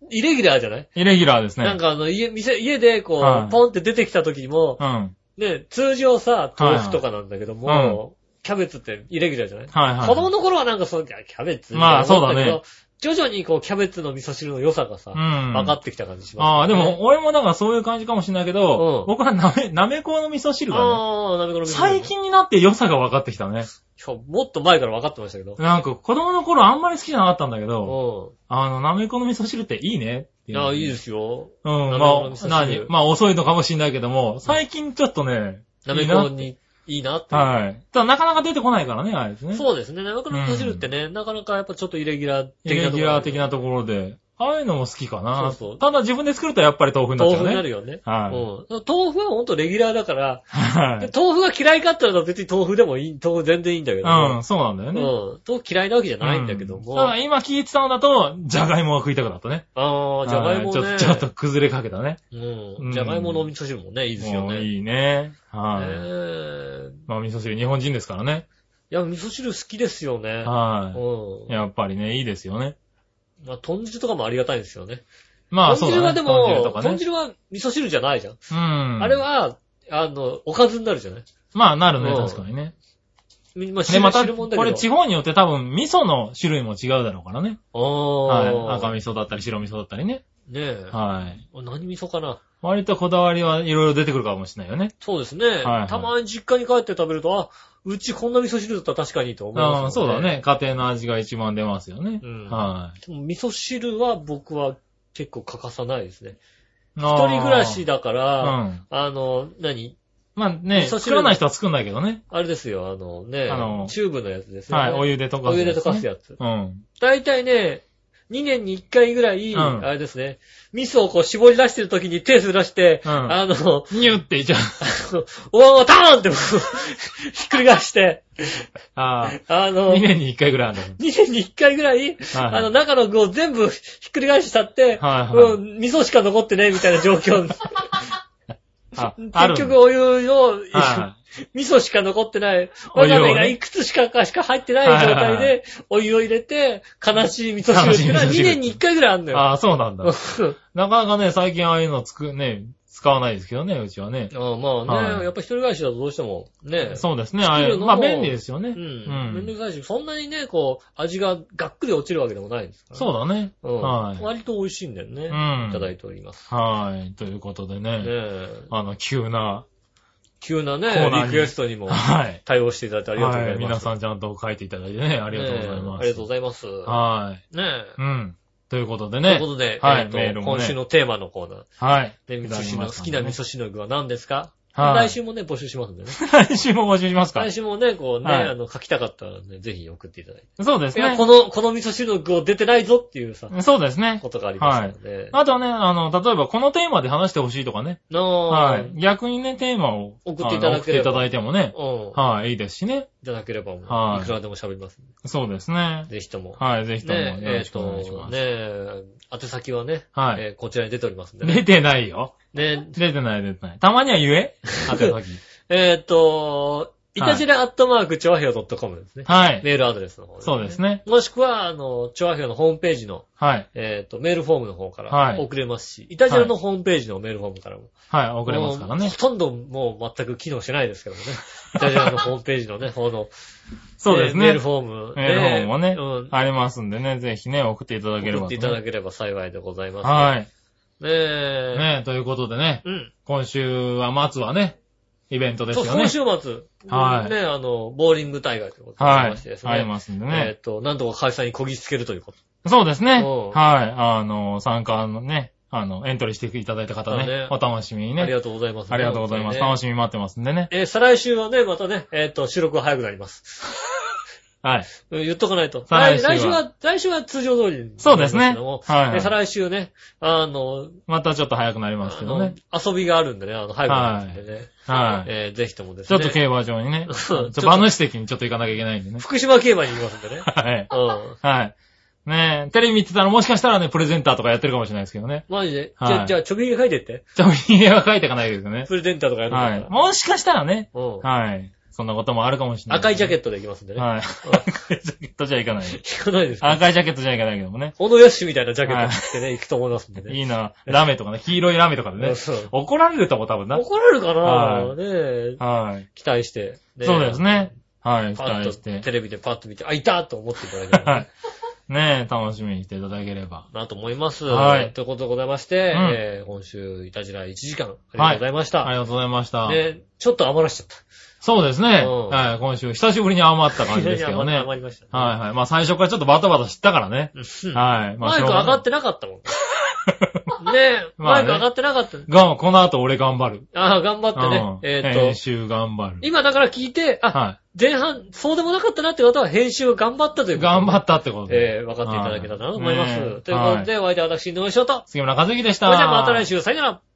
イレギュラーじゃない？ イレギュラーですね。 なんかあの、家、店、家でこう、はい、ポンって出てきた時にも、うん。ね、通常さ、豆腐とかなんだけども、はいはいうん、キャベツってイレギュラーじゃない？はいはい。子供の頃はなんかそう、キャベツまあそうだね。 徐々にこう、キャベツの味噌汁の良さがさ、うん、分かってきた感じします、ね。 ああ、でも、俺もだからそういう感じかもしれないけど、うん、僕はなめ、なめこの味噌汁がね、 ああ、なめこの味噌汁、 最近になって良さが分かってきたね。 もっと前から分かってましたけど。 なんか、子供の頃あんまり好きじゃなかったんだけど、うん、あの、なめこの味噌汁っていいねっていう。 ああ、いいですよ。 うん、まあ、何まあ、遅いのかもしれないけども、最近ちょっとね、 なめこに、いいなって。 はい。ただなかなか出てこないからね、あれですね。 そうですね。なめこの味噌汁ってね、うん、なかなかやっぱちょっとイレギュラー的なところ。 イレギュラー的なところで。ああいうのも好きかな。そうそう。ただ自分で作るとやっぱり豆腐になっちゃうね。 豆腐になるよね。はい。うん。豆腐はほんとレギュラーだから、はい。豆腐が嫌いかって言ったら別に豆腐でもいい、豆腐全然いいんだけど、 うん、そうなんだよね。うん。 豆腐嫌いなわけじゃないんだけども。 ただ今聞いてたのだと、じゃがいもが食いたくなったね。 ああ、じゃがいもね。 ちょっと、ちょっと崩れかけたね。 うん。じゃがいもの味噌汁もね、いいですよね。 いいね。はい。えまあ味噌汁日本人ですからね。 いや、味噌汁好きですよね。 はい。うん。やっぱりね、いいですよね。 まあ、豚汁とかもありがたいですよね。 まあ、そうだね。 豚汁はでも、豚汁は味噌汁じゃないじゃん。うん。あれは、あの、おかずになるじゃない？ まあ、なるね、確かにね。 まあ、 で、また、これ地方によって多分、味噌の種類も違うだろうからね。ああ。はい。赤味噌だったり、白味噌だったりね。 ねえ。 はい。 何味噌かな？ 割とこだわりはいろいろ出てくるかもしれないよね。 そうですね。はい、はい。たまに実家に帰って食べると、あ、うちこんな味噌汁だったら確かにと思います、ね。 ああ、そうだね。家庭の味が一番出ますよね。うん。はい。 でも味噌汁は僕は結構欠かさないですね。一人暮らしだから、うん、あの、何まあね、作らない人は作んないけどね。 あれですよ、あのね、あの、チューブのやつですよね。はい、お湯で溶かすやつ、ね。 お湯で溶かすやつ。うん。大体ね、にねんにいっかいぐらい、うん、あれですね、味噌をこう絞り出してる時に手ずらして、うん、あの、 ニューっていっちゃう。 おわんをターンってひっくり返して、 ああ、あの、にねんにいっかいぐらいあるんだ。 にねんにいっかいぐらい、はいはい、あの、中の具を全部ひっくり返しちゃって、はいはい、うん、味噌しか残ってね、みたいな状況。結局お湯を、はい、味噌しか残ってない、わかめがいくつしかかしか入ってない状態で、お湯を入れて、悲しい味噌汁っていうのはにねんにいっかいぐらいあるんだよ。 ああ、そうなんだ。なかなかね、最近ああいうのつく、ね、使わないですけどね、うちはね。 ああまあね、はい、やっぱ一人暮らしだとどうしてもね。 そうですね、ああいう。まあ便利ですよね。うん。 うん。便利だし、そんなにね、こう、味ががっくり落ちるわけでもないんですから、 ね。そうだね。 うん。はい。割と美味しいんだよね。うん。いただいております。 はい。ということでね。ねあの、急な。 急なね、リクエストにも対応していただいてありがとうございます。はい、 皆さんちゃんと書いていただいてね、ありがとうございます。 ありがとうございます。 はい。 ねえ。 うん。ということでね。 ということで、 はい、 えっと、ね、今週のテーマのコーナー。 はい。 で、味噌汁の、好きな味噌汁具は何ですか？はい、来週もね、募集しますんでね。 来週も募集しますか？ 来週もね、こうね、はい、あの、書きたかったらね、ぜひ送っていただいて。 そうですね。いや、 この、この味噌汁の具を出てないぞっていうさ。 そうですね。 ことがありましたので。はい、 あとはね、あの、例えばこのテーマで話してほしいとかね。はい。逆にね、テーマを送っていただければ。送っていただいてもね。うん。はい、いいですしね。 いただければもう、はい、いくらでも喋ります、ね。 そうですね。 ぜひとも。 はい、ぜひとも。ね、よろしくお願いします。 ねえ、宛先はね、はい、えー、こちらに出ておりますんでね。出てないよ。 ね。 出てない、出てない。たまには言え宛先。 えっと、いたじらアットマークチョアヘオ .com ですね。 はい。 メールアドレスの方です、 ね。そうですね。 もしくは、あの、チョアヘオのホームページの、はい。えっと、メールフォームの方から送れますし、はい、いたじらのホームページのメールフォームからも。 はい、送れますからね。 ほとんどもう全く機能してないですけどね。いたじらのホームページのね、方の。 そうですね。 メールフォーム。 メールフォームもね、うん、ありますんでね、ぜひね、送っていただければ、ね。 送っていただければ幸いでございます、 ね。はい。 ねえ。 ねえ、ということでね。うん。今週は末はね、イベントですよね。 そう、今週末。はい。ね、あの、ボーリング大会ということでありましてですね。はい。 ありますんでね。 えっと、なんとか開催にこぎつけるということ。 そうですね。はい。あの、参加のね、あの、エントリーしていただいた方ね。ねお楽しみにね。 ありがとうございます、 ね。ありがとうございます。ね、楽しみ待ってますんでね。 えー、再来週はね、またね、えっと、収録が早くなります。 はい。 言っとかないと。来週は、来週は、来週は通常通りに。 そうですね。 はい。再来週ね、あの、 またちょっと早くなりますけどね。 遊びがあるんでね、あの、早くなるんでね。はい。えー、ぜひともですね。ちょっと競馬場にね。ちょっと馬主席にちょっと行かなきゃいけないんでね。 福島競馬に行きますんでね。 はい。うん。はい。ねえ、テレビ見てたらもしかしたらね、プレゼンターとかやってるかもしれないですけどね。 マジで、はい、じゃあ、じゃあ、ちょびひげ書いてって。 ちょびひげは書いていかないですよね。 プレゼンターとかやるから。 はい。もしかしたらね。うん。はい。 そんなこともあるかもしれない、ね。 赤いジャケットでいきますんでね。 はい。赤いジャケットじゃいかない。いかないですか。 赤いジャケットじゃいかないけどもね。 小野よしみたいなジャケット着てね、行くと思いますんでね。 いいな。ラメとかね、黄色いラメとかでね。怒られると思う、多分な。 怒られるかな、はい、ねえ。 はい。 期待して。 ね、そうですね。はい、期待して。 テレビでパッと見て、あ、いたと思っていただければ、ね。はい。 ねえ、楽しみにしていただければ。 なと思います。はい。ということでございまして、うん、えー、今週、いたじらいちじかん、ありがとうございました。 はい、ありがとうございました。 で、ちょっと余らしちゃった。 そうですね。うん、はい、今週、久しぶりに余った感じですけどね。 余りました、ね。 はいはい。まあ最初からちょっとバタバタ知ったからね。 うん、はい。まあ、マイク上がってなかったもん。ねえ、マイク上がってなかった。 が、この後俺頑張る。 ああ、頑張ってね。うん、えっ、ー、と。 編集頑張る。 今だから聞いて、あ、はい、前半、そうでもなかったなってことは編集頑張ったということ、ね。 頑張ったってことで。えー、分かっていただけたらなと思います。はい、ということで、お相手は私、井上翔と。 杉村和之でした。 それではまた来週、さよなら。